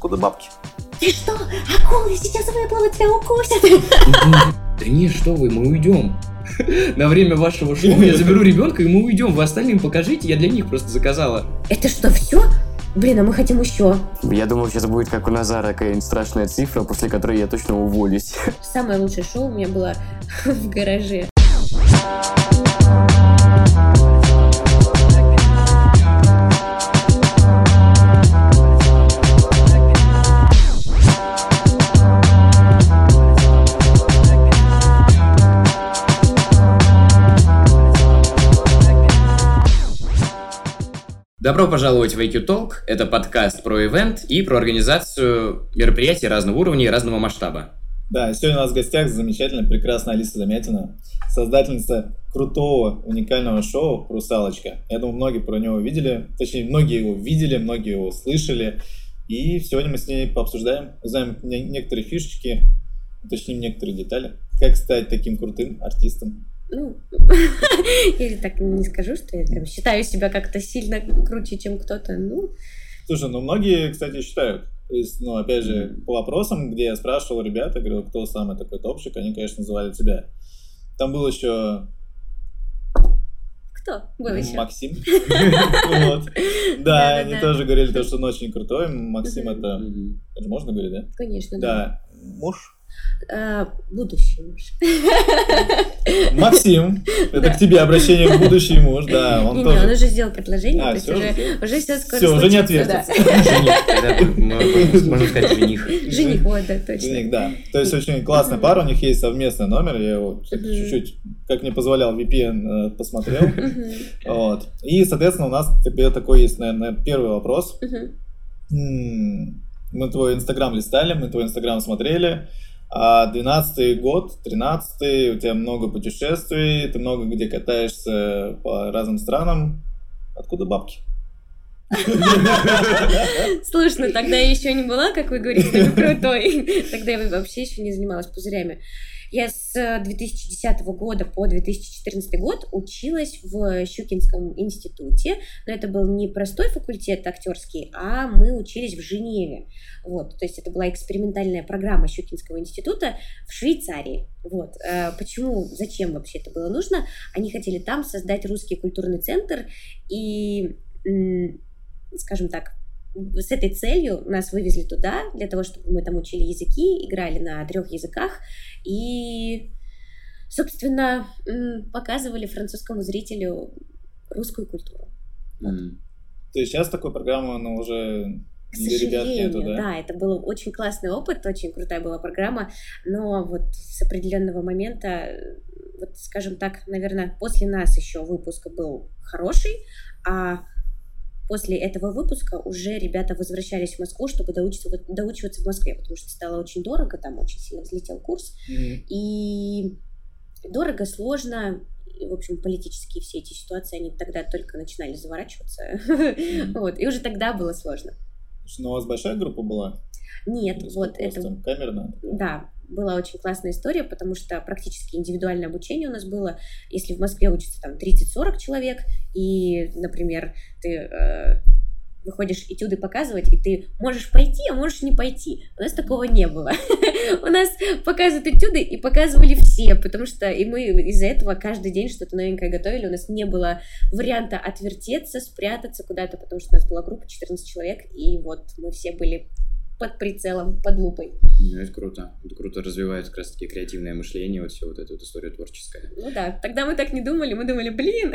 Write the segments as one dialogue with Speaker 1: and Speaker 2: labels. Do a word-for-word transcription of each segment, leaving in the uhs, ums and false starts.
Speaker 1: Откуда бабки?
Speaker 2: Ты что? Акулы сейчас выплывут, тебя укусят.
Speaker 3: Да не, что вы, мы уйдем. На время вашего шоу я заберу ребенка, и мы уйдем. Вы остальным покажите, я для них просто заказала.
Speaker 2: Это что, все? Блин, а мы хотим еще.
Speaker 4: Я думал, сейчас будет как у Назара какая-нибудь страшная цифра, после которой я точно уволюсь.
Speaker 2: Самое лучшее шоу у меня было в гараже.
Speaker 3: Добро пожаловать в эй кью Talk. Это подкаст про ивент и про организацию мероприятий разного уровня и разного масштаба.
Speaker 1: Да, сегодня у нас в гостях замечательная, прекрасная Алиса Замятина, создательница крутого, уникального шоу «Русалочка». Я думаю, многие про него видели, точнее, многие его видели, многие его слышали. И сегодня мы с ней пообсуждаем, узнаем некоторые фишечки, уточним некоторые детали. Как стать таким крутым артистом?
Speaker 2: Ну, я так не скажу, что я прям считаю себя как-то сильно круче, чем кто-то, ну...
Speaker 1: Слушай, ну многие, кстати, считают. То есть, ну, опять же, по вопросам, где я спрашивал ребят, я говорил, кто самый такой топчик, они, конечно, называли тебя. Там был еще...
Speaker 2: Кто был еще?
Speaker 1: Максим. Да, они тоже говорили, что он очень крутой. Максим это... Это можно говорить, да?
Speaker 2: Конечно, да.
Speaker 1: Да. Муж?
Speaker 2: Будущий муж.
Speaker 1: Максим, это да. К тебе обращение к будущий муж, да, он
Speaker 2: не,
Speaker 1: тоже.
Speaker 2: Не, он уже сделал предложение,
Speaker 1: а,
Speaker 2: то есть
Speaker 1: все,
Speaker 2: уже,
Speaker 1: все.
Speaker 2: уже все скоро
Speaker 1: все,
Speaker 2: случится.
Speaker 1: Уже не отвертится.
Speaker 3: Жених, можно сказать, жених.
Speaker 2: Жених, вот, да, точно.
Speaker 1: Жених, да. То есть очень классная пара, у них есть совместный номер, я его чуть-чуть, как мне позволял ви пи эн, посмотрел. Вот. И, соответственно, у нас к тебе такой есть, наверное, первый вопрос. Мы твой инстаграм листали, мы твой инстаграм смотрели. А двенадцатый год, тринадцатый, у тебя много путешествий, ты много где катаешься по разным странам. Откуда бабки?
Speaker 2: Слушай, тогда я еще не была, как вы говорите, крутой. Тогда я вообще еще не занималась пузырями. Я с две тысячи десятого года по две тысячи четырнадцатый год училась в Щукинском институте, но это был не простой факультет актерский, а мы учились в Женеве. Вот, то есть это была экспериментальная программа Щукинского института в Швейцарии. Вот. Почему, зачем вообще это было нужно? Они хотели там создать русский культурный центр и, скажем так, с этой целью нас вывезли туда, для того, чтобы мы там учили языки, играли на трех языках и, собственно, показывали французскому зрителю русскую культуру. Вот.
Speaker 1: Mm. То есть сейчас такой программы, она уже
Speaker 2: К
Speaker 1: для ребят нету, да?
Speaker 2: Да, это был очень классный опыт, очень крутая была программа, но вот с определенного момента, вот, скажем так, наверное, после нас еще выпуск был хороший, а после этого выпуска уже ребята возвращались в Москву, чтобы доучиваться, доучиваться в Москве, потому что стало очень дорого, там очень сильно взлетел курс. Mm-hmm. И дорого, сложно, и, в общем, политические все эти ситуации, они тогда только начинали заворачиваться. Mm-hmm. Вот, и уже тогда было сложно.
Speaker 1: Ну, у вас большая группа была?
Speaker 2: Нет, вот это...
Speaker 1: Камерная?
Speaker 2: Да, была очень классная история, потому что практически индивидуальное обучение у нас было. Если в Москве учатся там тридцать-сорок человек, и, например, ты э, выходишь этюды показывать, и ты можешь пойти, а можешь не пойти. У нас такого не было. У нас показывают этюды, и показывали все, потому что и мы из-за этого каждый день что-то новенькое готовили. У нас не было варианта отвертеться, спрятаться куда-то, потому что у нас была группа четырнадцать человек, и вот мы все были под прицелом, под лупой.
Speaker 3: Ну, это круто. Это круто развивает как раз-таки креативное мышление, вот всю вот эту вот историю творческая.
Speaker 2: Ну да, тогда мы так не думали, мы думали, блин,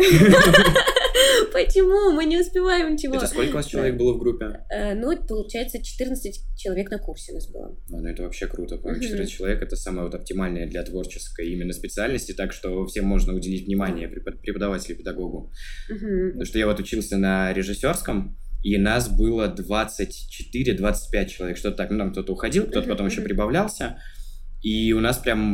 Speaker 2: почему мы не успеваем ничего.
Speaker 3: Это сколько у вас человек было в группе?
Speaker 2: Ну, это получается четырнадцать человек на курсе у нас было.
Speaker 3: Ну, это вообще круто, по-моему, четырнадцать человек это самое вот оптимальное для творческой именно специальности, так что всем можно уделить внимание, преподавателю, педагогу. Потому что я вот учился на режиссерском, и нас было двадцать четыре - двадцать пять человек, что-то так. Ну, там кто-то уходил, кто-то потом еще прибавлялся. И у нас прям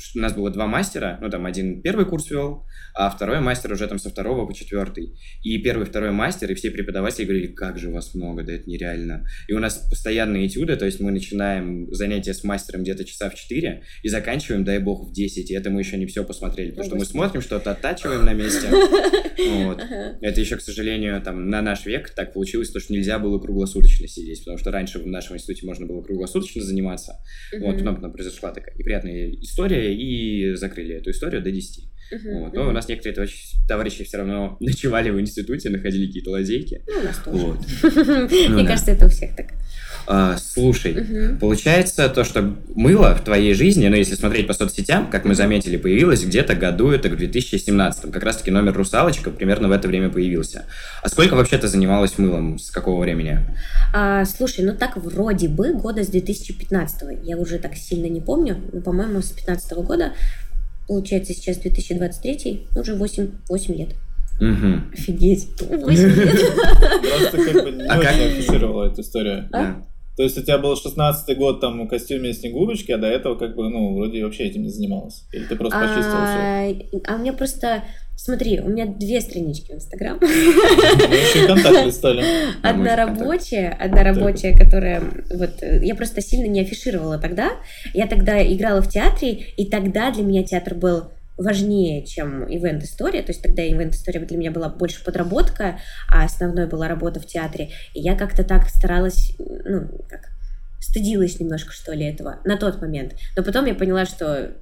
Speaker 3: у нас было два мастера, ну, там, один первый курс вел, а второй мастер уже там со второго по четвертый. И первый, второй мастер, и все преподаватели говорили, как же вас много, да это нереально. И у нас постоянные этюды, то есть мы начинаем занятия с мастером где-то часа в четыре и заканчиваем, дай бог, в десять. И это мы еще не все посмотрели, потому что мы смотрим, что-то оттачиваем на месте. Вот. Это еще, к сожалению, там, на наш век так получилось, что нельзя было круглосуточно сидеть, потому что раньше в нашем институте можно было круглосуточно заниматься. Вот, потом, потом произошла такая неприятная история, и закрыли эту историю до десяти. Uh-huh, вот. Но uh-huh. у нас некоторые товарищи, товарищи все равно ночевали в институте, находили какие-то лазейки.
Speaker 2: Ну, у нас тоже. Вот. Мне кажется, это у всех так.
Speaker 3: А, слушай, uh-huh. получается то, что мыло в твоей жизни, ну, если смотреть по соцсетям, как мы заметили, появилось где-то году, это в две тысячи семнадцатом. Как раз-таки номер «Русалочка» примерно в это время появился. А сколько вообще ты занималась мылом? С какого времени?
Speaker 2: А, слушай, ну так вроде бы года с две тысячи пятнадцатого. Я уже так сильно не помню, но, по-моему, с две тысячи пятнадцатого года. Получается, сейчас две тысячи двадцать третий, уже восемь, восемь лет.
Speaker 3: Угу.
Speaker 2: Офигеть. восемь лет.
Speaker 1: Просто как бы не
Speaker 3: а
Speaker 1: очень
Speaker 3: как?
Speaker 1: афишировала эту историю.
Speaker 3: А?
Speaker 1: То есть у тебя был шестнадцатый год там в костюме Снегурочки, а до этого как бы, ну, вроде вообще этим не занималась. Или ты просто почистила все?
Speaker 2: А у меня просто... Смотри, у меня две странички в Инстаграм.
Speaker 1: Мы еще и контакт листали.
Speaker 2: Одна рабочая, одна рабочая, которая... Вот, я просто сильно не афишировала тогда. Я тогда играла в театре, и тогда для меня театр был важнее, чем ивент-история. То есть тогда ивент-история для меня была больше подработка, а основной была работа в театре. И я как-то так старалась, ну, как, стыдилась немножко, что ли, этого на тот момент. Но потом я поняла, что...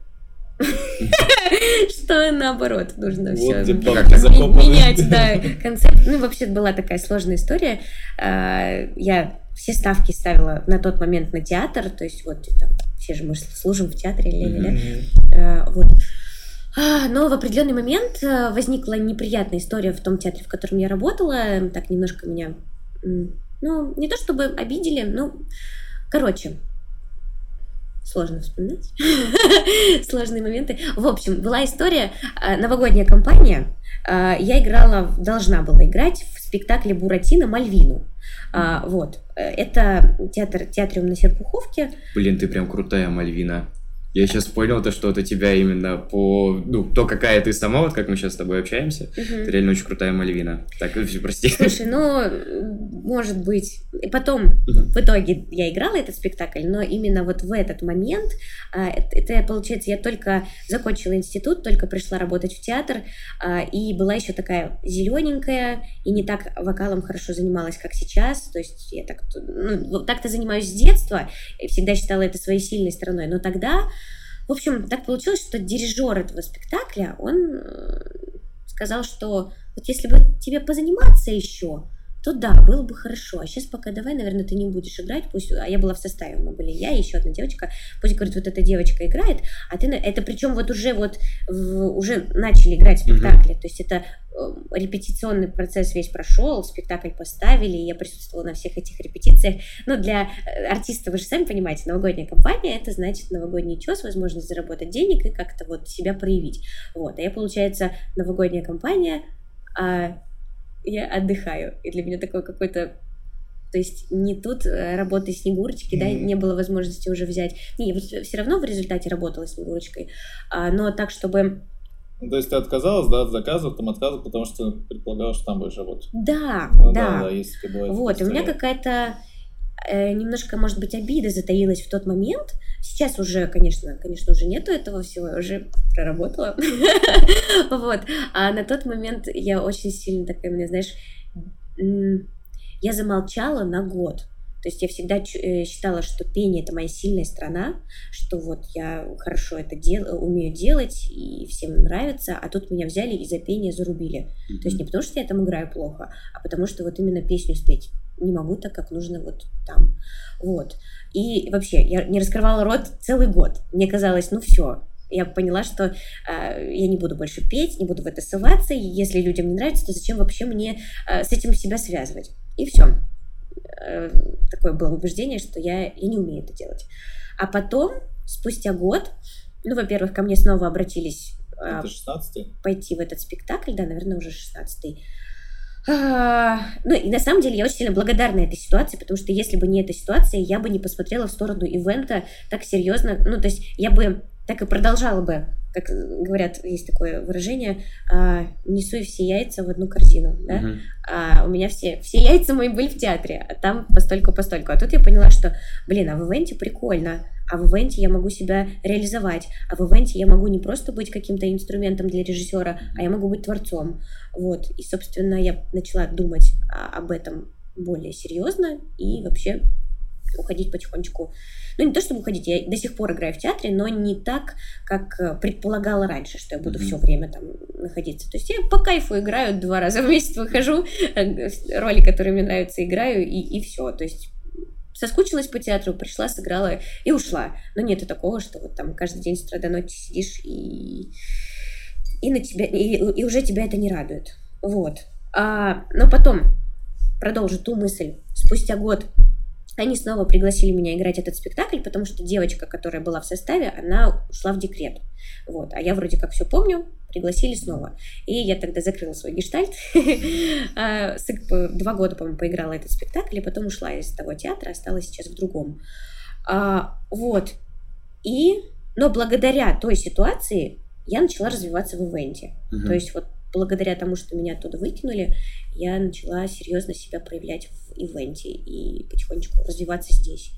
Speaker 2: Что наоборот, нужно все менять, да, концепт. Ну, вообще была такая сложная история. Я все ставки ставила на тот момент на театр, то есть вот там, все же мы служим в театре, ля-ля-ля. Вот. Но в определенный момент возникла неприятная история в том театре, в котором я работала. Так немножко меня, ну, не то чтобы обидели, но, короче, сложно вспоминать. Сложные моменты. В общем, была история, новогодняя кампания. Я играла, должна была играть в спектакле «Буратино» Мальвину. Вот. Это театр, театриум на Серпуховке.
Speaker 3: Блин, ты прям крутая, Мальвина. Я сейчас понял то, что вот у тебя именно по... Ну, то, какая ты сама, вот как мы сейчас с тобой общаемся, угу. Ты реально очень крутая Мальвина. Так, прости.
Speaker 2: Слушай, ну, может быть... И потом, угу. в итоге, я играла этот спектакль, но именно вот в этот момент, это, получается, я только закончила институт, только пришла работать в театр, и была еще такая зелененькая, и не так вокалом хорошо занималась, как сейчас. То есть я так, ну, так-то занимаюсь с детства, и всегда считала это своей сильной стороной, но тогда... В общем, так получилось, что дирижер этого спектакля, он сказал, что вот если бы тебе позаниматься еще, то да, было бы хорошо. А сейчас пока давай, наверное, ты не будешь играть. Пусть... А я была в составе, мы были я и еще одна девочка. Пусть, говорит, вот эта девочка играет, а ты... Это причем вот уже вот в... уже начали играть в спектакле. Mm-hmm. То есть это репетиционный процесс весь прошел, спектакль поставили, и я присутствовала на всех этих репетициях. Ну, для артиста, вы же сами понимаете, новогодняя кампания, это значит новогодний чес, возможность заработать денег и как-то вот себя проявить. Вот. А я, получается, новогодняя кампания... А... я отдыхаю. И для меня такое какое-то... То есть не тут работы Снегурочки, mm-hmm. да, не было возможности уже взять. Не, все равно в результате работала Снегурочкой, а, но так, чтобы...
Speaker 1: Ну, то есть ты отказалась, да, от заказов, там отказов, потому что предполагала, что там будешь работать.
Speaker 2: Да,
Speaker 1: ну,
Speaker 2: да.
Speaker 1: да, да если бывает,
Speaker 2: вот, у меня какая-то э, немножко, может быть, обида затаилась в тот момент. Сейчас уже, конечно, конечно, уже нету этого всего, я уже проработала. Вот. А на тот момент я очень сильно такая, мне, знаешь, я замолчала на год. То есть я всегда считала, что пение — это моя сильная сторона, что вот я хорошо это дел- умею делать, и всем нравится, а тут меня взяли и за пение зарубили. Mm-hmm. То есть не потому, что я там играю плохо, а потому что вот именно песню спеть не могу так, как нужно вот там. Вот. И вообще, я не раскрывала рот целый год. Мне казалось, ну все, я поняла, что э, я не буду больше петь, не буду в это ссылаться, и если людям не нравится, то зачем вообще мне э, с этим себя связывать? И все. Э, такое было убеждение, что я, я не умею это делать. А потом, спустя год, ну, во-первых, ко мне снова обратились э,
Speaker 1: это шестнадцатый?
Speaker 2: Пойти в этот спектакль, да, наверное, уже шестнадцатый. А, ну, и на самом деле я очень сильно благодарна этой ситуации, потому что если бы не эта ситуация, я бы не посмотрела в сторону ивента так серьезно. Ну, то есть я бы так и продолжала бы, как говорят, есть такое выражение, не суй все яйца в одну корзину, да? Uh-huh. А у меня все, все яйца мои были в театре, а там постольку-постольку. А тут я поняла, что, блин, а в ивенте прикольно, а в ивенте я могу себя реализовать, а в ивенте я могу не просто быть каким-то инструментом для режиссера, а я могу быть творцом. Вот. И, собственно, я начала думать об этом более серьезно и вообще уходить потихонечку. Ну, не то чтобы уходить, я до сих пор играю в театре, но не так, как предполагала раньше, что я буду mm-hmm. все время там находиться. То есть я по кайфу играю, два раза в месяц выхожу, роли, которые мне нравятся, играю, и, и все. То есть соскучилась по театру, пришла, сыграла и ушла. Но нету такого, что вот там каждый день с утра до ночи сидишь, и, и, на тебя, и, и уже тебя это не радует. Вот. А, но потом продолжу ту мысль. Спустя год они снова пригласили меня играть этот спектакль, потому что девочка, которая была в составе, она ушла в декрет. Вот. А я вроде как все помню, пригласили снова. И я тогда закрыла свой гештальт. Два года, по-моему, поиграла этот спектакль, и потом ушла из того театра, осталась сейчас в другом. Вот. И... Но благодаря той ситуации я начала развиваться в ивенте. То есть вот благодаря тому, что меня оттуда выкинули, я начала серьезно себя проявлять в ивенте и потихонечку развиваться здесь.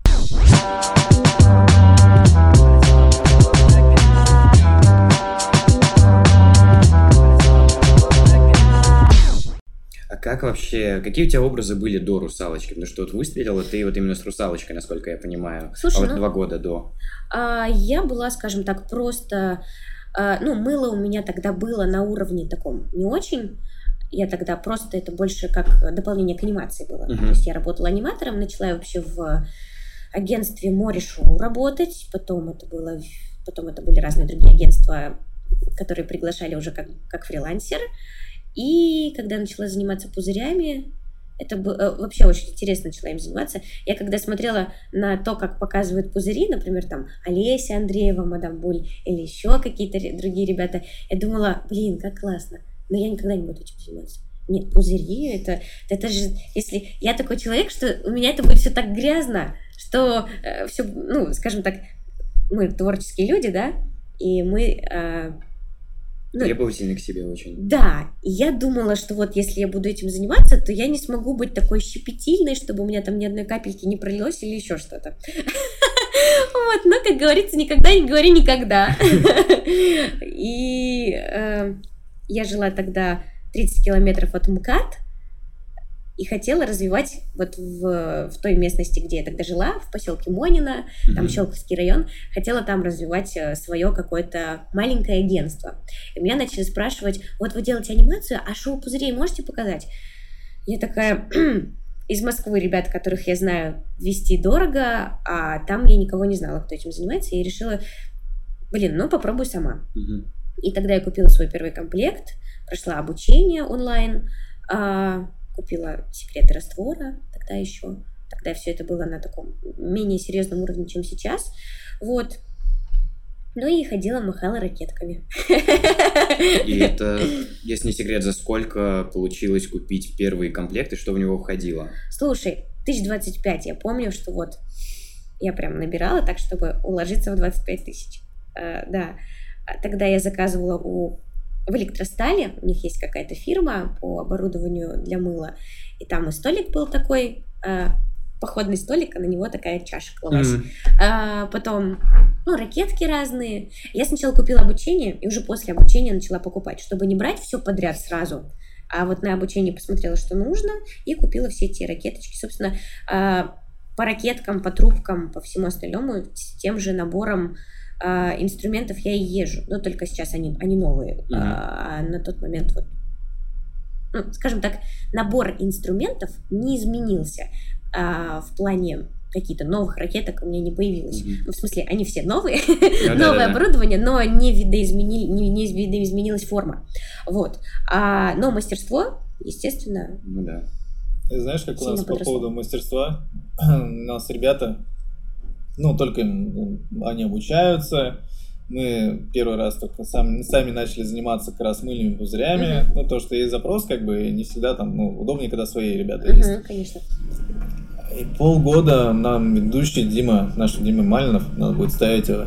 Speaker 3: А как вообще, какие у тебя образы были до «Русалочки»? Потому что вот выстрелила ты вот именно с «Русалочкой», насколько я понимаю.
Speaker 2: Слушай,
Speaker 3: а вот
Speaker 2: ну,
Speaker 3: два года до.
Speaker 2: А, я была, скажем так, просто... Ну, мыло у меня тогда было на уровне таком не очень. Я тогда просто, это больше как дополнение к анимации было. Uh-huh. То есть я работала аниматором, начала я вообще в агентстве Море-Шоу работать. Потом это было, потом это были разные другие агентства, которые приглашали уже как, как фрилансер. И когда я начала заниматься пузырями, это было, вообще очень интересно начала им заниматься. Я когда смотрела на то, как показывают пузыри, например, там Олеся Андреева, Мадам Буль или еще какие-то другие ребята, я думала, блин, как классно, но я никогда не буду этим заниматься. Нет, пузыри, это, это же, если я такой человек, что у меня это будет все так грязно, что э, все, ну, скажем так, мы творческие люди, да, и мы... Э,
Speaker 3: Ну, требовательный к себе очень.
Speaker 2: Да, и я думала, что вот если я буду этим заниматься, то я не смогу быть такой щепетильной, чтобы у меня там ни одной капельки не пролилось или еще что-то. Вот, но, как говорится, никогда не говори никогда. И я жила тогда тридцать километров от МКАД и хотела развивать вот в, в той местности, где я тогда жила, в поселке Монино, там mm-hmm. Щелковский район, хотела там развивать свое какое-то маленькое агентство. И меня начали спрашивать, вот вы делаете анимацию, а шоу пузырей можете показать? Я такая, из Москвы ребят, которых я знаю, вести дорого, а там я никого не знала, кто этим занимается, и решила, блин, ну попробуй сама. Mm-hmm. И тогда я купила свой первый комплект, прошла обучение онлайн, купила секреты раствора тогда еще. Тогда все это было на таком менее серьезном уровне, чем сейчас. Вот. Ну и ходила, махала ракетками.
Speaker 3: И это, если не секрет, за сколько получилось купить первый комплект и что в него входило?
Speaker 2: Слушай, тысяч двадцать пять. Я помню, что вот я прям набирала так, чтобы уложиться в двадцать пять тысяч. А, да. Тогда я заказывала у... в Электростале, у них есть какая-то фирма по оборудованию для мыла, и там и столик был такой, э, походный столик, а на него такая чаша клалась. Mm-hmm. А, потом, ну, ракетки разные. Я сначала купила обучение, и уже после обучения начала покупать, чтобы не брать все подряд сразу, а вот на обучении посмотрела, что нужно, и купила все эти ракеточки. Собственно, э, по ракеткам, по трубкам, по всему остальному, с тем же набором Uh, инструментов я и езжу, но только сейчас они, они новые. Mm-hmm. А на тот момент, вот, ну, скажем так, набор инструментов не изменился. А в плане каких-то новых ракеток у меня не появилось. Mm-hmm. Ну, в смысле, они все новые, новое оборудование, но не видоизменили, не, не видоизменилась форма. Вот. А, но мастерство, естественно...
Speaker 3: Ну да.
Speaker 1: Знаешь, как у нас по поводу мастерства? У нас ребята... Ну, только они обучаются. Мы первый раз только сами, сами начали заниматься как раз мыльными пузырями. Uh-huh. Ну, то, что есть запрос, как бы не всегда там, ну, удобнее, когда свои ребята uh-huh, есть.
Speaker 2: Конечно.
Speaker 1: И полгода нам ведущий Дима, наш Дима Малинов, надо будет ставить его,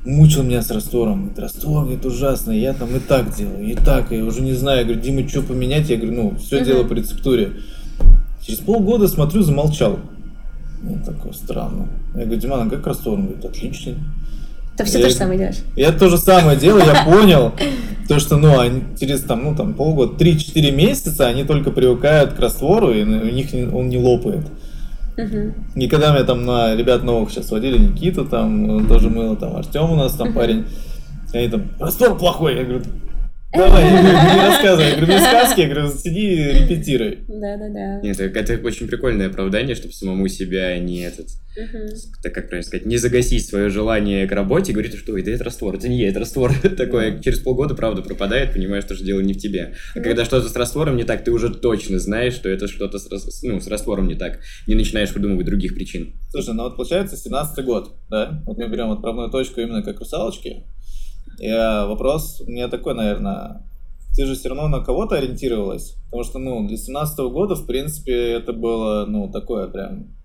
Speaker 1: мучил меня с раствором. Говорит, раствор, говорит, ужасно, я там и так делаю, и так, я уже не знаю. Я говорю, Дима, что поменять? Я говорю, ну, все uh-huh. делаю по рецептуре. Через полгода смотрю, замолчал. Я такой, странно. Я говорю, Диман, а как раствор? Он говорит, отлично.
Speaker 2: Ты все я, то же самое делаешь?
Speaker 1: Я то же самое делаю, я понял, то, что, ну, они через там, ну, там, полгода, три-четыре месяца они только привыкают к раствору, и у них не, он не лопает. Uh-huh. И когда меня там на ребят новых сейчас водили, Никита там, он тоже мыл, там, Артем у нас там uh-huh. парень, они там, раствор плохой, я говорю, давай, не, не рассказывай, я говорю, не сказки, я говорю, сиди, репетируй.
Speaker 2: Да-да-да.
Speaker 3: Нет, это очень прикольное оправдание, чтобы самому себя не этот, uh-huh. так как правильно сказать, не загасить свое желание к работе и говорить, что ой, да это раствор, это не я, это раствор. Такое через полгода, правда, пропадает, понимаешь, что дело не в тебе. А когда что-то с раствором не так, ты уже точно знаешь, что это что-то с, ну, с раствором не так. Не начинаешь придумывать других причин.
Speaker 1: Слушай, ну вот получается семнадцатый год, да? Вот мы берем отправную точку именно как русалочки. И вопрос у меня такой, наверное, ты же все равно на кого-то ориентировалась? Потому что, ну, для семнадцатого года, в принципе, это было, ну, такое прям...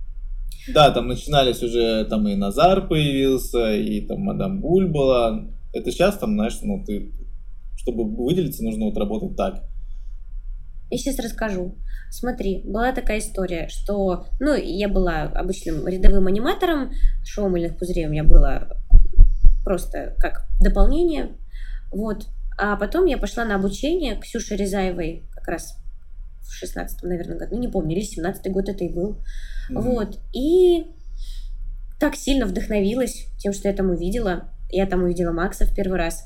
Speaker 1: Да, там начинались уже, там и Назар появился, и там Мадам Буль была. Это сейчас там, знаешь, ну, ты, чтобы выделиться, нужно вот работать так.
Speaker 2: Я сейчас расскажу. Смотри, была такая история, что, ну, я была обычным рядовым аниматором, шоу «Мыльных пузырей» у меня было... просто как дополнение, вот, а потом я пошла на обучение к Ксюше Рязаевой как раз в шестнадцатом, наверное, году, ну не помню, или семнадцатый год это и был, mm-hmm. вот, и так сильно вдохновилась тем, что я там увидела, я там увидела Макса в первый раз,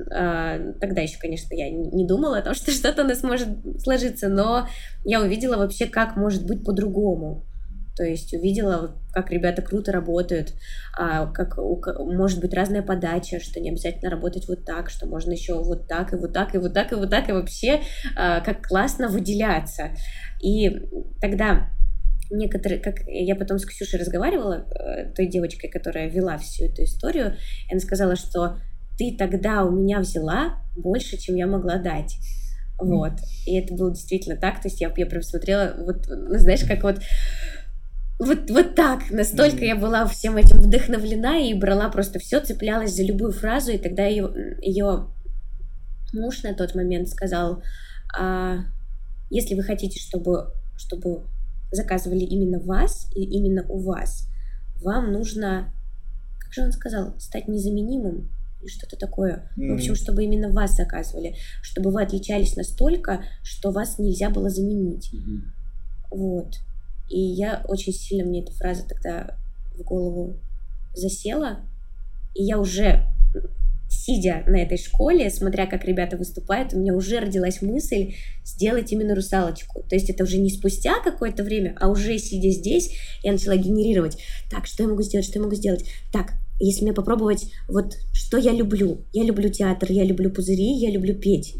Speaker 2: а, тогда еще, конечно, я не думала о том, что что-то у нас может сложиться, но я увидела вообще, как может быть по-другому. То есть увидела, как ребята круто работают, как может быть разная подача, что не обязательно работать вот так, что можно еще вот так, и вот так, и вот так, и вот так, и вообще как классно выделяться. И тогда некоторые, как я потом с Ксюшей разговаривала, той девочкой, которая вела всю эту историю, и она сказала, что ты тогда у меня взяла больше, чем я могла дать. Вот. И это было действительно так. То есть я, я прям смотрела, вот, ну, знаешь, как вот Вот, вот так, настолько mm-hmm. я была всем этим вдохновлена и брала просто все, цеплялась за любую фразу, и тогда ее, ее муж на тот момент сказал, а, если вы хотите, чтобы, чтобы заказывали именно вас и именно у вас, вам нужно, как же он сказал, стать незаменимым или что-то такое. Mm-hmm. В общем, чтобы именно вас заказывали, чтобы вы отличались настолько, что вас нельзя было заменить. Mm-hmm. Вот. И я очень сильно, мне эта фраза тогда в голову засела. И я уже, сидя на этой школе, смотря, как ребята выступают, у меня уже родилась мысль сделать именно русалочку. То есть это уже не спустя какое-то время, а уже сидя здесь, я начала генерировать. Так, что я могу сделать, что я могу сделать? Так, если мне попробовать, вот что я люблю? Я люблю театр, я люблю пузыри, я люблю петь.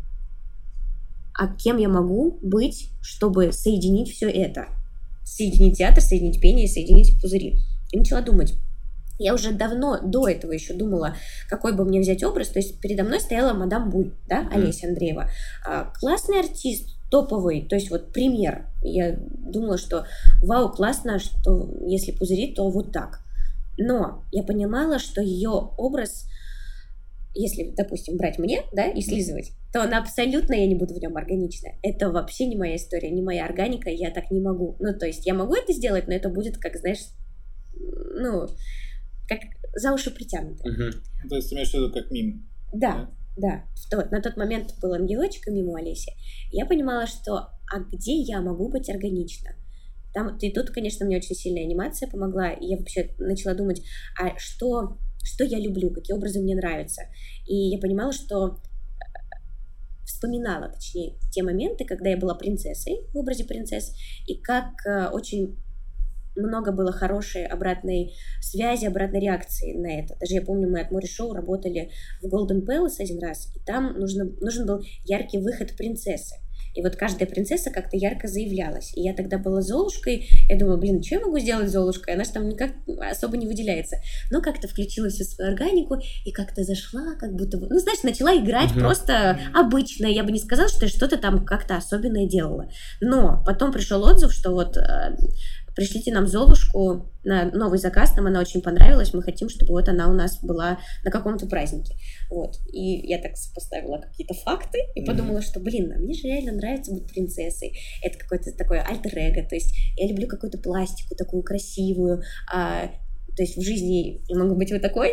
Speaker 2: А кем я могу быть, чтобы соединить все это? Соединить театр, соединить пение, соединить пузыри. И начала думать. Я уже давно, до этого еще думала, какой бы мне взять образ. То есть передо мной стояла Мадам Буль, да, Олеся Андреева. А, классный артист, топовый, то есть вот пример. Я думала, что вау, классно, что если пузыри, то вот так. Но я понимала, что ее образ, если, допустим, брать мне, да, и слизывать, то она абсолютно, я не буду в нем органична. Это вообще не моя история, не моя органика, я так не могу. Ну, то есть я могу это сделать, но это будет, как, знаешь, ну, как за уши притянуто.
Speaker 1: Uh-huh. То есть ты имеешь в виду как мим?
Speaker 2: Да, да. да. Вот, на тот момент был ангелочек мимо Олеси. Я понимала, что а где я могу быть органична? Там, и тут, конечно, мне очень сильная анимация помогла, и я вообще начала думать, а что, что я люблю, какие образы мне нравятся. И я понимала, что вспоминала, точнее, те моменты, когда я была принцессой в образе принцесс, и как э, очень много было хорошей обратной связи, обратной реакции на это. Даже я помню, мы от Море Шоу работали в Golden Palace один раз, и там нужно, нужен был яркий выход принцессы. И вот каждая принцесса как-то ярко заявлялась. И я тогда была Золушкой, я думала, блин, что я могу сделать Золушкой? Она же там никак особо не выделяется. Но как-то включила всю свою органику и как-то зашла, как будто бы... Ну, знаешь, начала играть uh-huh. просто обычно. Я бы не сказала, что я что-то там как-то особенное делала. Но потом пришел отзыв, что вот... пришлите нам Золушку на новый заказ, нам она очень понравилась, мы хотим, чтобы вот она у нас была на каком-то празднике. Вот. И я так сопоставила какие-то факты и подумала, что, блин, а мне же реально нравится быть принцессой. Это какое-то такое альтер-эго, то есть я люблю какую-то пластику такую красивую, а, то есть в жизни я могу быть вот такой,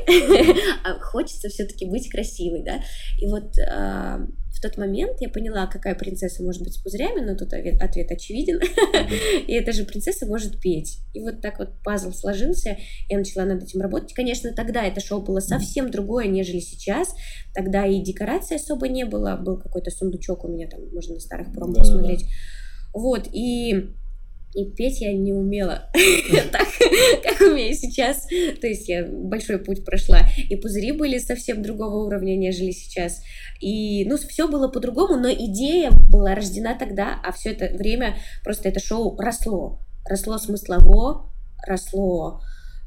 Speaker 2: а хочется все-таки быть красивой, да. И вот а, в тот момент я поняла, какая принцесса может быть с пузырями, но тут ответ, ответ очевиден. И эта же принцесса может петь. И вот так вот пазл сложился, я начала над этим работать. Конечно, тогда это шоу было совсем другое, нежели сейчас. Тогда и декораций особо не было, был какой-то сундучок у меня, там можно на старых промо да, посмотреть. Да. Вот, и... И петь я не умела так, как умею сейчас. То есть я большой путь прошла. И пузыри были совсем другого уровня, нежели сейчас. И, ну, все было по-другому, но идея была рождена тогда, а все это время просто это шоу росло. Росло смыслово, росло...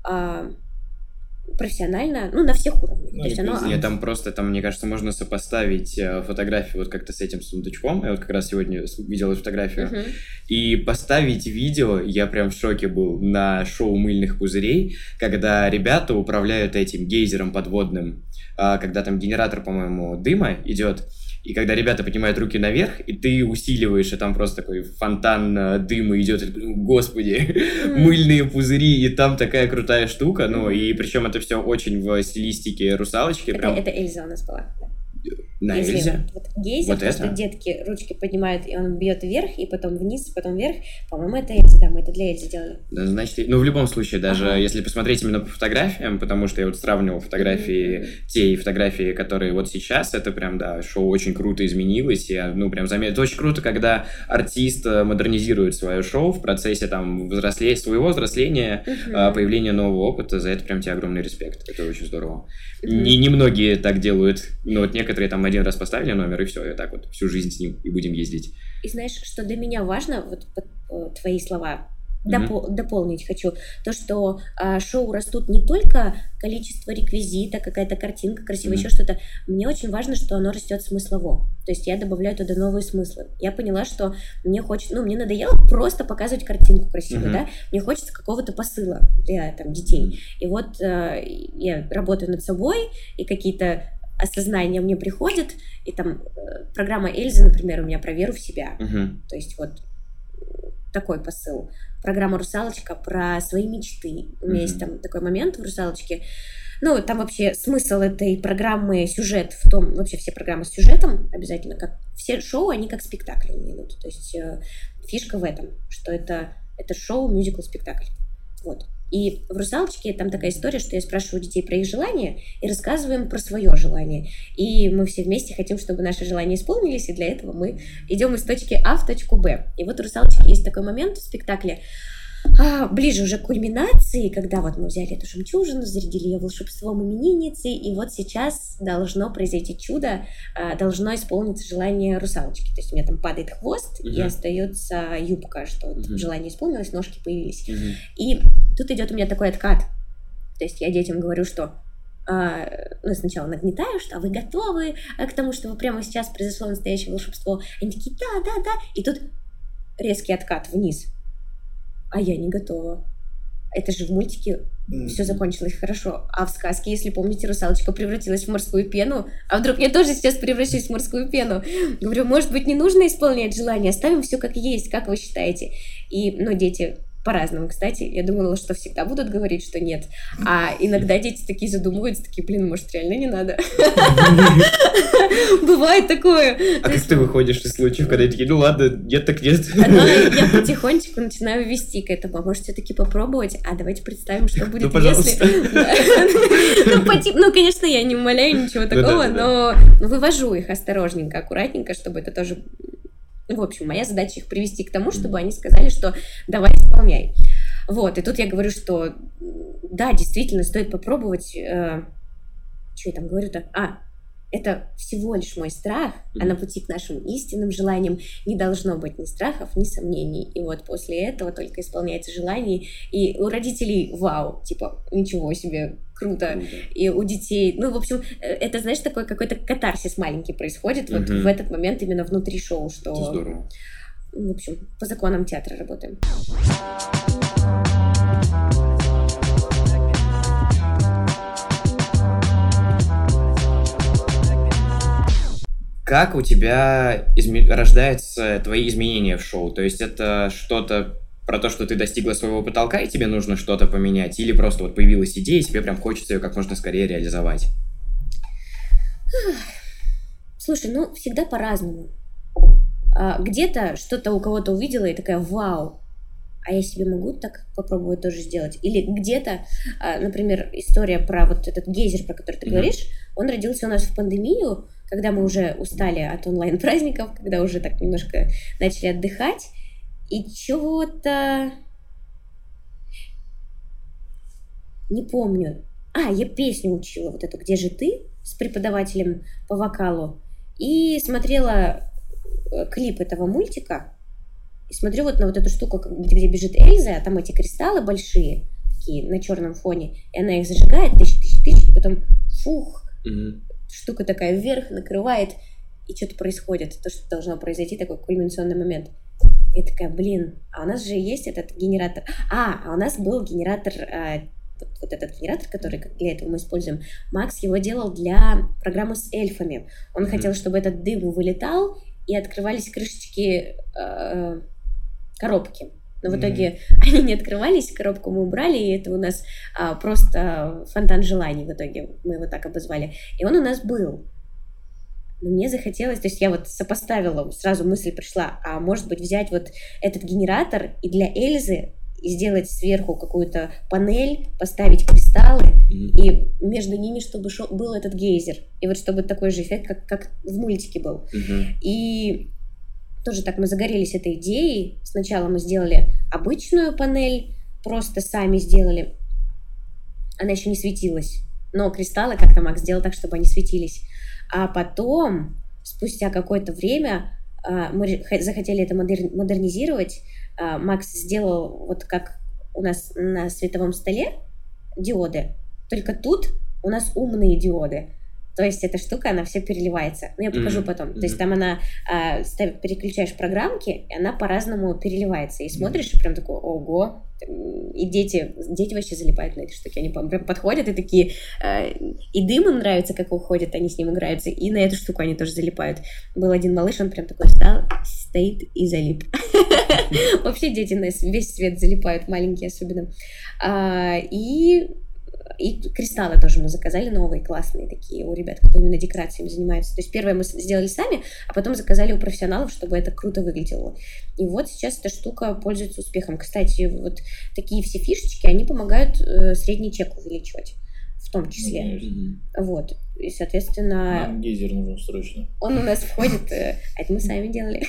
Speaker 2: А, профессионально, ну, на всех уровнях.
Speaker 3: Ну,
Speaker 2: То есть оно...
Speaker 3: Нет, там просто, там, мне кажется, можно сопоставить фотографию вот как-то с этим сундучком. Я вот как раз сегодня видел эту фотографию. Uh-huh. И поставить видео, я прям в шоке был, на шоу мыльных пузырей, когда ребята управляют этим гейзером подводным, когда там генератор, по-моему, дыма идет. И когда ребята поднимают руки наверх, и ты усиливаешь, и там просто такой фонтан дыма идет, и, господи, mm. мыльные пузыри, и там такая крутая штука, ну, и причем это все очень в стилистике русалочки.
Speaker 2: Это,
Speaker 3: прям...
Speaker 2: это Эльза у нас была, да.
Speaker 3: На Эльзе?
Speaker 2: Вот гейзер,
Speaker 3: вот
Speaker 2: просто
Speaker 3: это?
Speaker 2: детки ручки поднимают, и он бьет вверх, и потом вниз, потом вверх. По-моему, это Эльза, да, мы это для Эльзы делали.
Speaker 3: Да, значит, ну, в любом случае, даже ага. если посмотреть именно по фотографиям, потому что я вот сравнивал фотографии, mm-hmm. те и фотографии, которые вот сейчас, это прям, да, шоу очень круто изменилось, и, ну, прям заметно. Это очень круто, когда артист модернизирует свое шоу в процессе, там, взросле... своего взросления, mm-hmm. появления нового опыта, за это прям тебе огромный респект, это очень здорово. Mm-hmm. Не, не многие так делают, но вот некоторые там один раз поставили номер, и все, и так вот всю жизнь с ним, и будем ездить.
Speaker 2: И знаешь, что для меня важно, вот под твои слова допол- mm-hmm. дополнить хочу, то, что а, шоу растут не только количество реквизита, какая-то картинка красивая, mm-hmm. еще что-то. Мне очень важно, что оно растет смыслово. То есть я добавляю туда новые смыслы. Я поняла, что мне хочется, ну, мне надоело просто показывать картинку красивую, mm-hmm. да, мне хочется какого-то посыла для там детей. Mm-hmm. И вот а, я работаю над собой, и какие-то осознание мне приходит, и там э, программа Эльзы, например, у меня про веру в себя. Uh-huh. То есть вот такой посыл. Программа «Русалочка» про свои мечты. У меня uh-huh. есть там такой момент в «Русалочке». Ну, там вообще смысл этой программы, сюжет в том, вообще все программы с сюжетом обязательно, как все шоу, они как спектакли у меня идут. То есть э, фишка в этом, что это, это шоу, мюзикл, спектакль. Вот. И в «Русалочке» там такая история, что я спрашиваю детей про их желания и рассказываем про свое желание. И мы все вместе хотим, чтобы наши желания исполнились, и для этого мы идем из точки А в точку Б. И вот в «Русалочке» есть такой момент в спектакле, а, ближе уже к кульминации, когда вот мы взяли эту жемчужину, зарядили ее волшебством именинницы, и вот сейчас должно произойти чудо, а, должно исполниться желание русалочки. То есть у меня там падает хвост, uh-huh. и остается юбка, что uh-huh. желание исполнилось, ножки появились. Uh-huh. И тут идет у меня такой откат. То есть я детям говорю, что а, ну, сначала нагнетаю, что а вы готовы к тому, что прямо сейчас произошло настоящее волшебство. Они такие, да, да, да. И тут резкий откат вниз. А я не готова. Это же в мультике mm-hmm. все закончилось хорошо. А в сказке, если помните, русалочка превратилась в морскую пену. А вдруг я тоже сейчас превращусь в морскую пену? Говорю, может быть, не нужно исполнять желание, оставим все как есть, как вы считаете? И, ну, дети по-разному, кстати. Я думала, что всегда будут говорить, что нет. А иногда дети такие задумываются, такие, блин, может, реально не надо? Бывает такое.
Speaker 3: А как ты выходишь из случаев, когда такие, ну ладно, нет так нет?
Speaker 2: Я потихонечку начинаю вести к этому. А может, все-таки попробовать? А давайте представим, что будет, если... Ну, конечно, я не умоляю ничего такого, но вывожу их осторожненько, аккуратненько, чтобы это тоже... В общем, моя задача их привести к тому, чтобы они сказали, что давай исполняй. Вот, и тут я говорю, что да, действительно, стоит попробовать. Э, что я там говорю-то? А, это всего лишь мой страх, а на пути к нашим истинным желаниям не должно быть ни страхов, ни сомнений. И вот после этого только исполняется желание. И у родителей вау, типа, ничего себе, круто. круто. И у детей, ну, в общем, это, знаешь, такой какой-то катарсис маленький происходит uh-huh. вот в этот момент именно внутри шоу, что...
Speaker 3: Это здорово.
Speaker 2: В общем, по законам театра работаем.
Speaker 3: Как у тебя изме... рождаются твои изменения в шоу? То есть это что-то про то, что ты достигла своего потолка, и тебе нужно что-то поменять? Или просто вот появилась идея, и тебе прям хочется ее как можно скорее реализовать?
Speaker 2: Слушай, ну, всегда по-разному. Где-то что-то у кого-то увидела и такая: вау, а я себе могу так попробовать тоже сделать? Или где-то, например, история про вот этот гейзер, про который ты mm-hmm. говоришь, он родился у нас в пандемию, когда мы уже устали от онлайн-праздников, когда уже так немножко начали отдыхать, и чего-то... Не помню. А, я песню учила, вот эту «Где же ты?» с преподавателем по вокалу, и смотрела клип этого мультика, и смотрю вот на вот эту штуку, где, где бежит Эльза, а там эти кристаллы большие, такие на черном фоне, и она их зажигает, тысяч-тысяч-тысяч, потом фух, mm-hmm. штука такая вверх, накрывает, и что-то происходит, то, что должно произойти, такой кульминационный момент. И такая: блин, а у нас же есть этот генератор. А, а у нас был генератор, а, вот, вот этот генератор, который для этого мы используем. Макс его делал для программы с эльфами. Он mm-hmm. хотел, чтобы этот дым вылетал, и открывались крышечки э, коробки. Но в mm-hmm. итоге они не открывались, коробку мы убрали, и это у нас а, просто фонтан желаний в итоге, мы его так обозвали. И он у нас был. Но мне захотелось, то есть я вот сопоставила, сразу мысль пришла, а может быть взять вот этот генератор и для Эльзы и сделать сверху какую-то панель, поставить кристаллы, mm-hmm. и между ними, чтобы шел, был этот гейзер. И вот чтобы такой же эффект, как, как в мультике был. Mm-hmm. И тоже так мы загорелись этой идеей. Сначала мы сделали обычную панель, просто сами сделали. Она еще не светилась. Но кристаллы как-то Макс сделал так, чтобы они светились. А потом, спустя какое-то время, мы захотели это модернизировать. Макс сделал вот как у нас на световом столе диоды, только тут у нас умные диоды. То есть эта штука, она все переливается. Ну, я покажу mm-hmm. потом. Mm-hmm. То есть там она, э, ставь, переключаешь программки, и она по-разному переливается. И смотришь, mm-hmm. и прям такой: ого. И дети, дети вообще залипают на эти штуки. Они прям подходят и такие... Э, и дым им нравится, как уходит, они с ним играются. И на эту штуку они тоже залипают. Был один малыш, он прям такой встал, стоит и залип. Вообще дети на весь свет залипают, маленькие особенно. И... И кристаллы тоже мы заказали новые, классные такие у ребят, кто именно декорациями занимается. То есть первое мы сделали сами, а потом заказали у профессионалов, чтобы это круто выглядело. И вот сейчас эта штука пользуется успехом. Кстати, вот такие все фишечки, они помогают э, средний чек увеличивать. В том числе. Mm-hmm. Вот. И, соответственно...
Speaker 1: Нам гейзер нужен срочно.
Speaker 2: Он у нас входит... А это мы сами делали.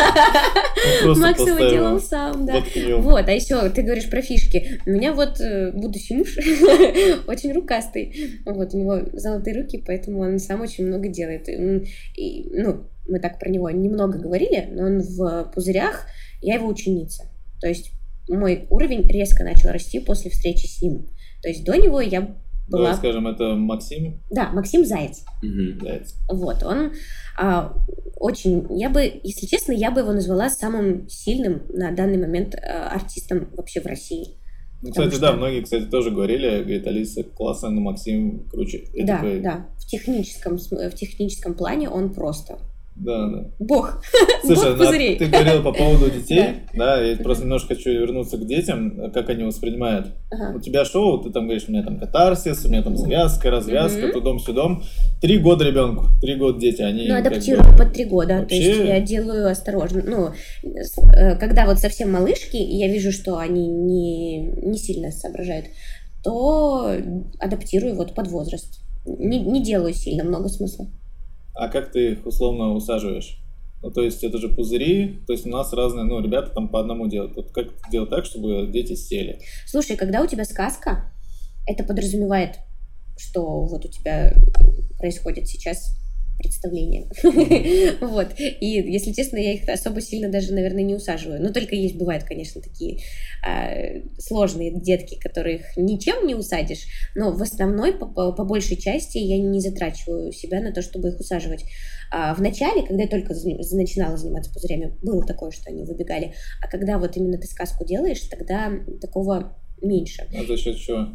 Speaker 2: Макс его делал сам, да. Вот, а еще ты говоришь про фишки. У меня вот будущий муж очень рукастый. Вот, у него золотые руки, поэтому он сам очень много делает. И, ну, мы так про него немного говорили, но он в пузырях, я его ученица. То есть мой уровень резко начал расти после встречи с ним. То есть до него я... была...
Speaker 1: Давай скажем, это Максим?
Speaker 2: Да, Максим Заяц.
Speaker 1: Угу. Заяц.
Speaker 2: Вот, он а, очень, я бы, если честно, я бы его назвала самым сильным на данный момент а, артистом вообще в России.
Speaker 1: Ну, кстати, что... да, многие, кстати, тоже говорили, говорит, Алиса классно, но Максим круче. Я
Speaker 2: да,
Speaker 1: такой...
Speaker 2: да, в техническом, в техническом плане он просто...
Speaker 1: Да, да.
Speaker 2: Бог.
Speaker 1: Слушай,
Speaker 2: Бог пузырей.
Speaker 1: Ну, ты говорила по поводу детей, да, я просто немножко хочу вернуться к детям, как они воспринимают. У тебя шоу, ты там говоришь, у меня там катарсис, у меня там связка, развязка, тудом-сюдом. Три года ребенку, три года дети, они...
Speaker 2: Ну, адаптирую под три года, то есть я делаю осторожно. Ну, когда вот совсем малышки, и я вижу, что они не, не сильно соображают, то адаптирую вот под возраст. Не, не делаю сильно много смысла.
Speaker 1: А как ты их условно усаживаешь? Ну, то есть это же пузыри, то есть у нас разные, ну, ребята там по одному делают. Вот как делать так, чтобы дети сели?
Speaker 2: Слушай, когда у тебя сказка, это подразумевает, что вот у тебя происходит сейчас представление. Вот. И, если честно, я их особо сильно даже, наверное, не усаживаю. Но только есть, бывают, конечно, такие э, сложные детки, которых ничем не усадишь, но в основной, по, по, по большей части, я не затрачиваю себя на то, чтобы их усаживать. А в начале, когда я только начинала заниматься пузырями, было такое, что они выбегали. А когда вот именно ты сказку делаешь, тогда такого меньше.
Speaker 1: А за счет чего?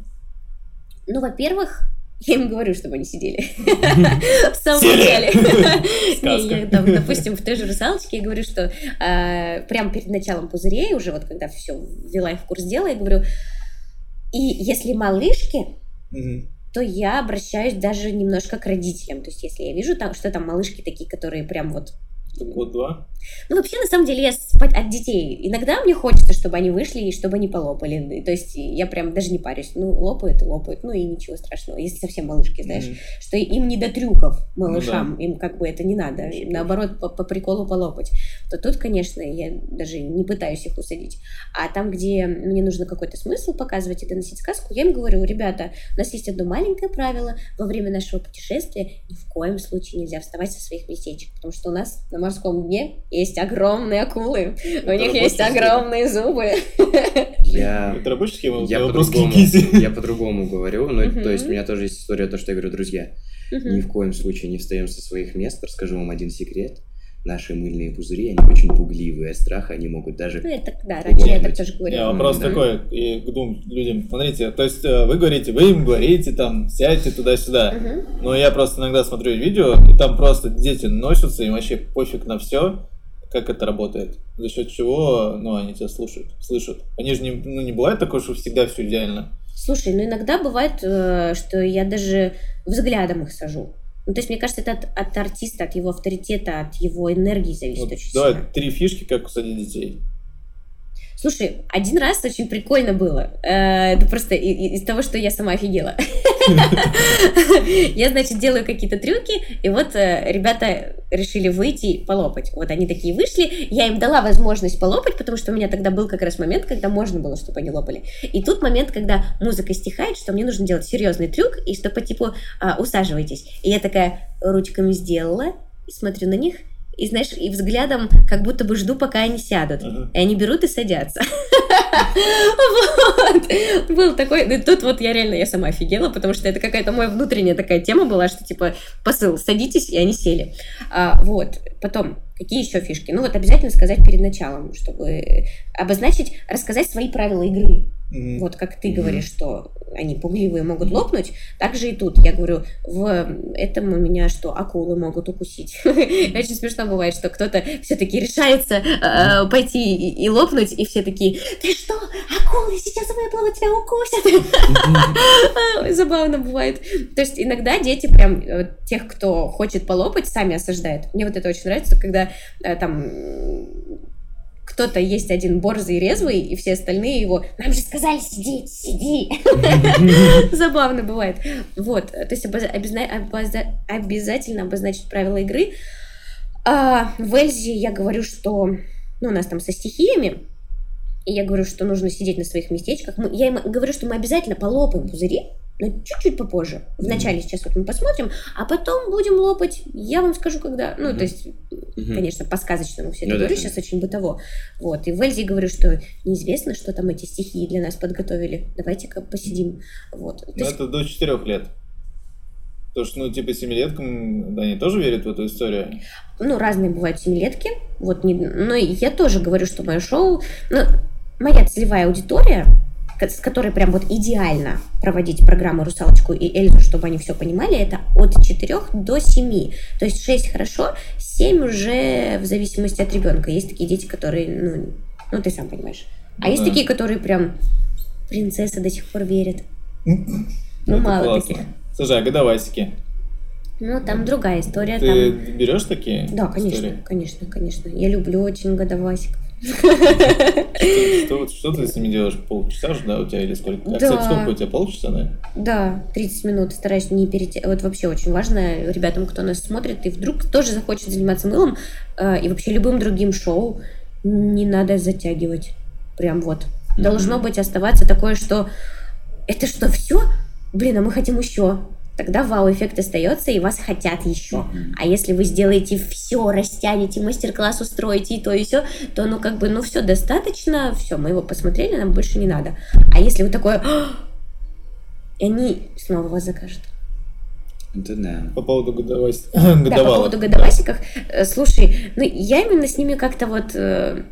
Speaker 2: Ну, во-первых, я им говорю, чтобы они сидели. В самом начале. Я, допустим, в той же «Русалочке» я говорю, что прямо перед началом пузырей, уже вот когда все ввела их в курс дела, я говорю, и если малышки, то я обращаюсь даже немножко к родителям. То есть, если я вижу, что там малышки такие, которые прям вот...
Speaker 1: Год-два?
Speaker 2: Ну, вообще, на самом деле, я от детей. Иногда мне хочется, чтобы они вышли и чтобы они полопали. То есть, я прям даже не парюсь. Ну, лопают и лопают. Ну, и ничего страшного. Если совсем малышки, знаешь, mm-hmm. что им не до трюков, малышам. Ну, да. Им как бы это не надо. Им, наоборот, по, по приколу полопать. То тут, конечно, я даже не пытаюсь их усадить. А там, где мне нужно какой-то смысл показывать и доносить сказку, я им говорю, ребята, у нас есть одно маленькое правило. Во время нашего путешествия ни в коем случае нельзя вставать со своих местечек. Потому что у нас на морском дне есть огромные акулы. Это у них есть огромные зубы.
Speaker 3: Я...
Speaker 1: Это рабочая схема?
Speaker 3: Я по-другому, я по-другому говорю. Ну, uh-huh. то есть у меня тоже есть история, то, что я говорю, друзья, uh-huh. ни в коем случае не встаем со своих мест. Расскажу вам один секрет. Наши мыльные пузыри, они очень пугливые, от страха они могут даже...
Speaker 2: Ну, это, да, раньше я так тоже говорила.
Speaker 1: Не, вопрос mm-hmm. такой, и к двум людям, смотрите, то есть вы говорите, вы им говорите, там, сядьте туда-сюда, mm-hmm. но я просто иногда смотрю видео, и там просто дети носятся, им вообще пофиг на все, как это работает, за счет чего, ну, они тебя слушают, слышат. Они же не, ну, не бывает такое, что всегда все идеально.
Speaker 2: Слушай, ну, иногда бывает, что я даже взглядом их сажу. Ну, то есть, мне кажется, это от, от артиста, от его авторитета, от его энергии зависит вот, очень
Speaker 1: давай,
Speaker 2: сильно.
Speaker 1: Три фишки, как усадить детей.
Speaker 2: Слушай, один раз очень прикольно было. Это просто из того, что я сама офигела. Я, значит, делаю какие-то трюки, и вот ребята решили выйти и полопать. Вот они такие вышли, я им дала возможность полопать, потому что у меня тогда был как раз момент, когда можно было, чтобы они лопали. И тут момент, когда музыка стихает, что мне нужно делать серьезный трюк, и что по типу усаживайтесь. И я такая ручками сделала, и смотрю на них, и, знаешь, и взглядом как будто бы жду, пока они сядут. Uh-huh. И они берут и садятся. Вот. Был такой... Тут вот я реально, я сама офигела, потому что это какая-то моя внутренняя такая тема была, что типа посыл, садитесь, и они сели. А, вот. Потом, какие еще фишки? Ну вот обязательно сказать перед началом, чтобы обозначить, рассказать свои правила игры. Mm-hmm. Вот как ты mm-hmm. говоришь, что они пугливые могут лопнуть, так же и тут. Я говорю, в этом у меня что, акулы могут укусить. Очень смешно бывает, что кто-то все-таки решается э, пойти и, и лопнуть, и все такие, ты что, акулы сейчас выплывут, тебя укусят. Забавно бывает. То есть иногда дети прям, тех, кто хочет полопать, сами осаждают. Мне вот это очень нравится, когда э, там... кто-то есть один борзый и резвый, и все остальные его, нам же сказали сидеть, сиди. Забавно бывает. Вот, то есть обязательно обозначить правила игры. В Эльзе я говорю, что, ну, у нас там со стихиями, и я говорю, что нужно сидеть на своих местечках. Я им говорю, что мы обязательно полопаем пузыри, но чуть-чуть попозже. Вначале mm-hmm. сейчас вот мы посмотрим, а потом будем лопать. Я вам скажу, когда... Ну, mm-hmm. то есть, mm-hmm. конечно, по-сказочному все это no, говорю, да, сейчас очень бытово. Вот. И в Эльзе говорю, что неизвестно, что там эти стихии для нас подготовили. Давайте-ка посидим. Вот.
Speaker 1: Ну, есть... это до четырех лет. Потому что, ну, типа, семилеткам, да, они тоже верят в эту историю?
Speaker 2: Ну, разные бывают семилетки. Вот, не... Но я тоже говорю, что мое шоу... Ну, моя целевая аудитория... с которой прям вот идеально проводить программу «Русалочку» и «Эльзу», чтобы они все понимали, это от четырёх до семи. То есть шесть хорошо, семь уже в зависимости от ребенка. Есть такие дети, которые, ну, ну ты сам понимаешь. А ну, есть да. такие, которые прям принцессы до сих пор верят. Ну,
Speaker 1: это
Speaker 2: мало
Speaker 1: классно.
Speaker 2: таких.
Speaker 1: Слушай, а годовасики?
Speaker 2: Ну, там другая история.
Speaker 1: Ты
Speaker 2: там...
Speaker 1: берешь такие?
Speaker 2: Да, конечно, истории? конечно, конечно. Я люблю очень годовасиков.
Speaker 1: Что, что ты с ними делаешь? Полчаса же, да, у тебя или сколько? А,
Speaker 2: да.
Speaker 1: кстати, сколько у тебя, полчаса, да?
Speaker 2: Да, тридцать минут. Стараюсь не перейти. Вот вообще очень важно ребятам, кто нас смотрит, и вдруг тоже захочет заниматься мылом, и вообще любым другим шоу, не надо затягивать. Прям вот. Должно быть оставаться такое, что это что, все? Блин, а мы хотим еще. тогда вау-эффект остается, и вас хотят еще. Mm-hmm. А если вы сделаете все, растянете, мастер-класс устроите, и то, и все, то, ну, как бы, ну, все, достаточно, все, мы его посмотрели, нам больше не надо. А если вы такое... И они снова вас закажут.
Speaker 3: Это да.
Speaker 1: По поводу годовасиков.
Speaker 2: Да, по поводу годовасиков. Да. Слушай, ну, я именно с ними как-то вот... Ну,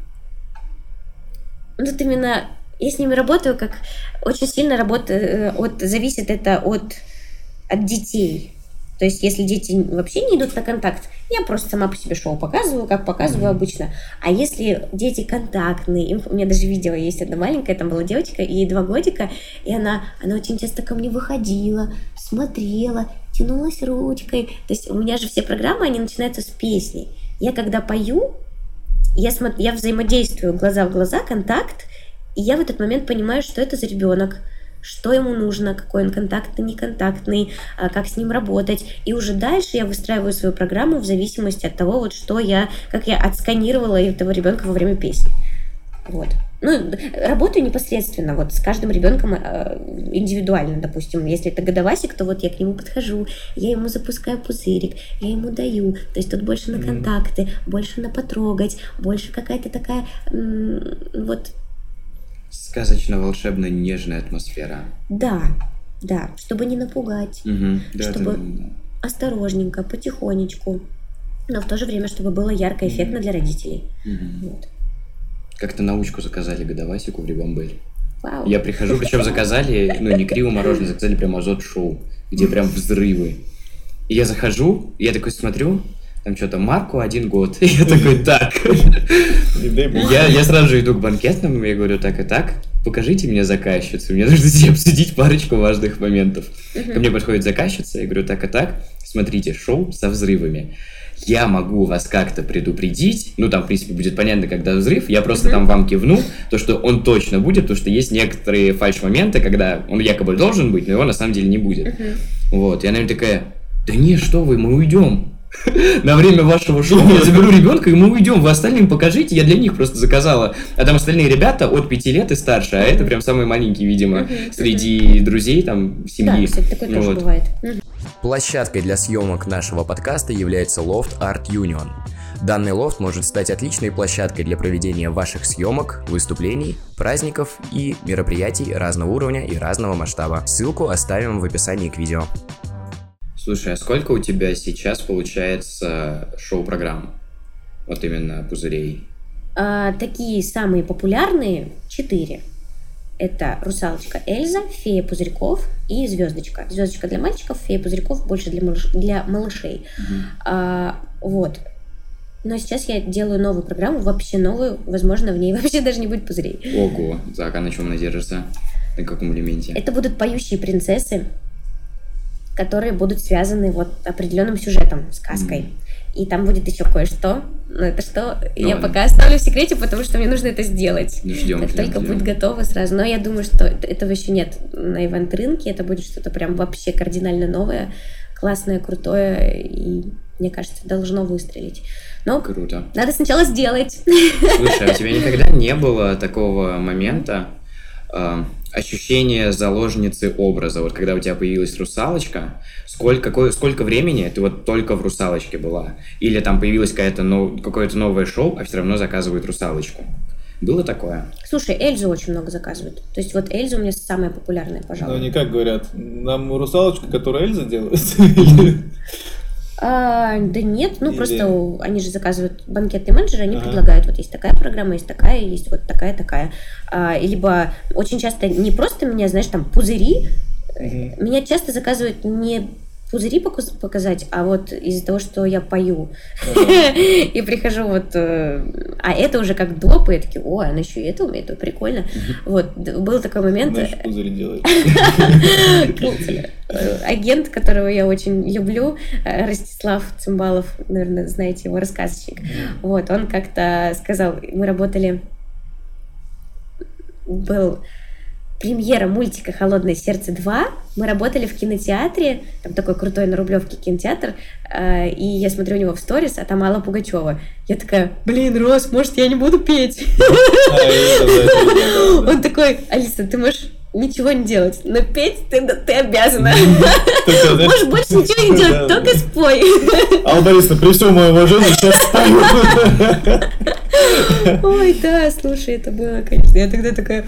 Speaker 2: вот именно... Я с ними работаю, как очень сильно работаю, от, зависит это от, от детей. То есть, если дети вообще не идут на контакт, я просто сама по себе шоу показываю, как показываю mm-hmm. обычно. А если дети контактные, у меня даже видео есть одна маленькая, там была девочка, ей два годика, и она, она очень часто ко мне выходила, смотрела, тянулась ручкой. То есть, у меня же все программы, они начинаются с песни. Я когда пою, я, смотр, я взаимодействую глаза в глаза, контакт, и я в этот момент понимаю, что это за ребенок, что ему нужно, какой он контактный, неконтактный, как с ним работать. И уже дальше я выстраиваю свою программу в зависимости от того, вот что я, как я отсканировала этого ребенка во время песни. Вот. Ну, работаю непосредственно вот с каждым ребенком индивидуально, допустим. Если это годовасик, то вот я к нему подхожу, я ему запускаю пузырик, я ему даю. То есть тут больше на контакты, mm-hmm. больше на потрогать, больше какая-то такая вот...
Speaker 3: Сказочно-волшебная нежная атмосфера.
Speaker 2: Да, да, чтобы не напугать,
Speaker 3: угу, да,
Speaker 2: чтобы
Speaker 3: да, да.
Speaker 2: осторожненько, потихонечку, но в то же время, чтобы было ярко и эффектно угу. для родителей.
Speaker 3: Угу. Вот. Как-то научку заказали годовасику в Рибамбель.
Speaker 2: Вау.
Speaker 3: Я прихожу, причем заказали, ну не криво мороженое, заказали прям Азот-шоу, где прям взрывы. И я захожу, я такой смотрю, там что-то Марку один год. И я такой, так. я, я сразу же иду к банкетному, я говорю, так и так, покажите мне заказчицу, мне нужно здесь обсудить парочку важных моментов. Uh-huh. Ко мне подходит заказчица, я говорю, так и так, смотрите, шоу со взрывами. Я могу вас как-то предупредить, ну там, в принципе, будет понятно, когда взрыв, я просто uh-huh. там вам кивну, то, что он точно будет, потому что есть некоторые фальш-моменты, когда он якобы должен быть, но его на самом деле не будет. Uh-huh. Вот, и она мне такая, да не, что вы, мы уйдем. На время вашего шоу я заберу ребенка, и мы уйдем. Вы остальным покажите, я для них просто заказала. А там остальные ребята от пяти лет и старше, а это прям самые маленькие, видимо, среди друзей, там, семьи.
Speaker 2: Да, кстати, такое тоже бывает.
Speaker 5: Площадкой для съемок нашего подкаста является лофт Art Union. Данный лофт может стать отличной площадкой для проведения ваших съемок, выступлений, праздников и мероприятий разного уровня и разного масштаба. Ссылку оставим в описании к видео.
Speaker 3: Слушай, а сколько у тебя сейчас получается шоу-программ? Вот именно пузырей.
Speaker 2: А, такие самые популярные четыре. Это «Русалочка Эльза», «Фея пузырьков» и «Звездочка». «Звездочка» для мальчиков, «Фея пузырьков» больше для, малыш... для малышей. Uh-huh. А, вот. Но сейчас я делаю новую программу, вообще новую. Возможно, в ней вообще даже не будет пузырей.
Speaker 3: Ого! Так, а на чем она держится? На каком элементе?
Speaker 2: Это будут поющие принцессы, которые будут связаны вот определенным сюжетом, сказкой. Mm. И там будет еще кое-что. Но это что? Ну, я пока оставлю в секрете, потому что мне нужно это сделать.
Speaker 3: Ждем,
Speaker 2: как
Speaker 3: ждем,
Speaker 2: только
Speaker 3: ждем.
Speaker 2: будет готово сразу. Но я думаю, что этого еще нет на ивент-рынке. Это будет что-то прям вообще кардинально новое, классное, крутое. И, мне кажется, должно выстрелить. Но
Speaker 3: круто.
Speaker 2: Надо сначала сделать.
Speaker 3: Слушай, а у тебя никогда не было такого момента, э, ощущение заложницы образа? Вот когда у тебя появилась русалочка, сколько, какое, сколько времени ты вот только в русалочке была? Или там появилось какое-то, нов, какое-то новое шоу, а все равно заказывают русалочку? Было такое?
Speaker 2: Слушай, Эльзу очень много заказывают. То есть вот Эльза у меня самая популярная, пожалуй.
Speaker 1: Ну, они как говорят, нам русалочка, которую Эльза делает?
Speaker 2: А, да нет, ну
Speaker 1: Или...
Speaker 2: просто они же заказывают, банкетные менеджеры, они ага. предлагают, вот есть такая программа, есть такая, есть вот такая-такая. А, либо очень часто не просто меня, знаешь, там пузыри, угу. меня часто заказывают не пузыри показать, а вот из-за того, что я пою. Ага. И прихожу вот, а это уже как доп, и я такие, ой, она еще и это умеет, это прикольно. Вот, был такой момент.
Speaker 1: Она еще пузыри делает.
Speaker 2: Агент, которого я очень люблю, Ростислав Цымбалов, наверное, знаете его, рассказчик. Вот, он как-то сказал, мы работали, был премьера мультика «Холодное сердце два», мы работали в кинотеатре, там такой крутой на Рублевке кинотеатр, э, и я смотрю у него в сторис, а там Алла Пугачева. Я такая, блин, Рос, может, я не буду петь? Он такой, Алиса, ты можешь ничего не делать, но петь ты, ты обязана. Можешь больше ничего не делать, только спой.
Speaker 1: Алла Борисовна, при всем моем уважении, сейчас спою.
Speaker 2: Ой, да, слушай, это было, конечно. Я тогда такая...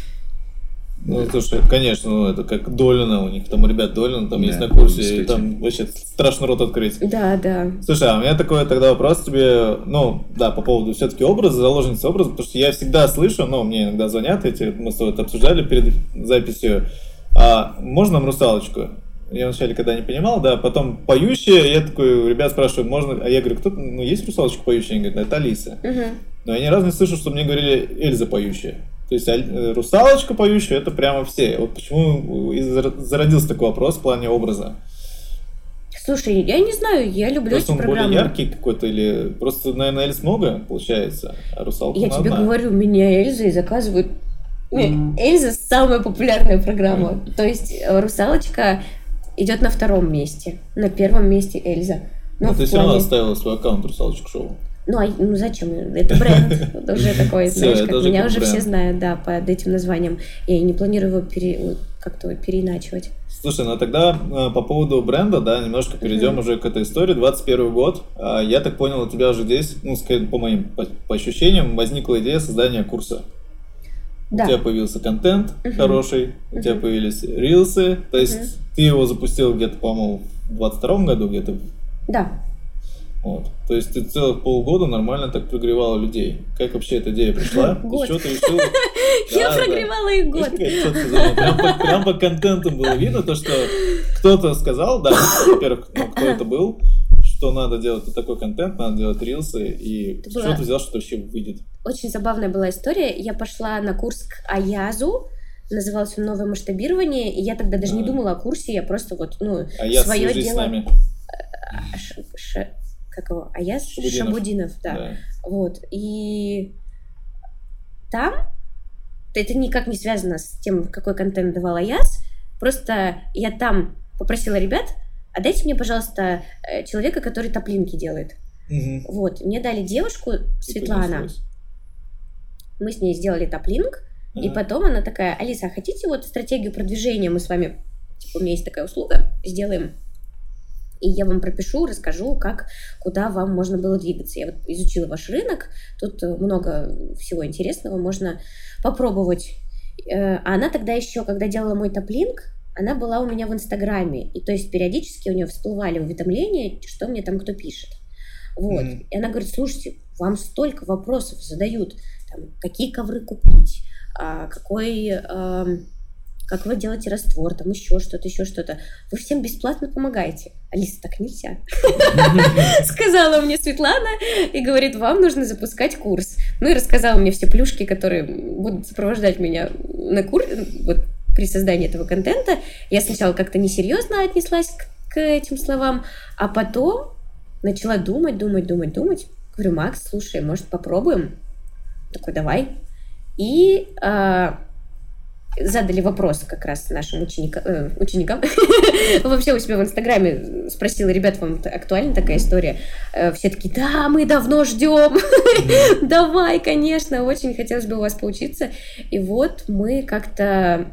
Speaker 1: Ну, слушай, конечно, ну, это как Долина у них, там у ребят Долина, там да, есть на курсе, и там вообще страшно рот открыть.
Speaker 2: Да, да.
Speaker 1: Слушай, а у меня такой тогда вопрос тебе, ну, да, по поводу все-таки образа, заложницы образа, потому что я всегда слышу, ну, мне иногда звонят эти, мы с тобой это обсуждали перед записью, а можно нам русалочку? Я вначале когда не понимал, да, потом поющая, я такой, ребят спрашивают, можно, а я говорю, кто, ну, есть русалочка поющая? Они говорят, это Алиса. Угу. Но я ни разу не слышу, что мне говорили Эльза поющая. То есть русалочка поющая, это прямо все. Вот почему зародился такой вопрос в плане образа?
Speaker 2: Слушай, я не знаю, я люблю
Speaker 1: просто
Speaker 2: эти программы.
Speaker 1: Просто он более яркий какой-то или просто, наверное, Эльз много получается, а русалка
Speaker 2: Я
Speaker 1: одна.
Speaker 2: тебе говорю, меня Эльза и заказывают. Mm. Эльза самая популярная программа. Mm. То есть русалочка идет на втором месте, на первом месте Эльза.
Speaker 1: Ну, ну ты все равно оставила свой аккаунт русалочек шоу.
Speaker 2: Ну, а, ну зачем? Это бренд. Это уже такой, знаешь, как меня уже все знают, да, под этим названием. Я не планирую его пере, как-то переиначивать.
Speaker 1: Слушай, ну тогда по поводу бренда, да, немножко перейдем uh-huh. уже к этой истории. двадцать первый год. Я так понял, у тебя уже здесь, ну, по моим по, по ощущениям, возникла идея создания курса. Да. У тебя появился контент uh-huh. хороший, uh-huh. у тебя появились рилсы. То есть uh-huh. ты его запустил где-то, по-моему, в двадцать втором году где-то.
Speaker 2: Да.
Speaker 1: Вот. То есть ты целых полгода нормально так прогревала людей. Как вообще эта идея пришла?
Speaker 2: Год.
Speaker 1: Что ты решила?
Speaker 2: Я прогревала их год.
Speaker 1: Прям по контенту было видно, то, что кто-то сказал, да, во-первых, кто это был, что надо делать такой контент, надо делать рилсы, и что ты взял, что вообще выйдет.
Speaker 2: Очень забавная была история. Я пошла на курс к Аязу, назывался он «Новое масштабирование», и я тогда даже не думала о курсе, я просто вот, ну, свое дело... Как его? Аяз Шабудинов, Шабудинов да. да. Вот. И там это никак не связано с тем, какой контент давал Аяз. Просто я там попросила ребят, а дайте мне, пожалуйста, человека, который топлинки делает. Угу. Вот. Мне дали девушку, Светлана. Мы с ней сделали топлинк. Ага. И потом она такая: Алиса, а хотите вот стратегию продвижения мы с вами... Типа, у меня есть такая услуга, сделаем. И я вам пропишу, расскажу, как, куда вам можно было двигаться. Я вот изучила ваш рынок, тут много всего интересного, можно попробовать. А она тогда еще, когда делала мой топлинк, она была у меня в Инстаграме. И то есть периодически у нее всплывали уведомления, что мне там кто пишет. Вот. Mm-hmm. И она говорит: слушайте, вам столько вопросов задают. Там, какие ковры купить, а, какой... А, как вы делаете раствор, там еще что-то, еще что-то. Вы всем бесплатно помогаете. Алиса, так нельзя. Сказала мне Светлана и говорит: вам нужно запускать курс. Ну и рассказала мне все плюшки, которые будут сопровождать меня на курс, вот при создании этого контента. Я сначала как-то несерьезно отнеслась к, к этим словам, а потом начала думать, думать, думать, думать. Говорю: Макс, слушай, может, попробуем? Такой: давай. И... А, задали вопрос как раз нашим ученикам, э, ученикам. Вообще у себя в Инстаграме спросила: ребят, вам актуальна такая история? Э, все такие: да, мы давно ждем. Давай, конечно, очень хотелось бы у вас поучиться. И вот мы как-то...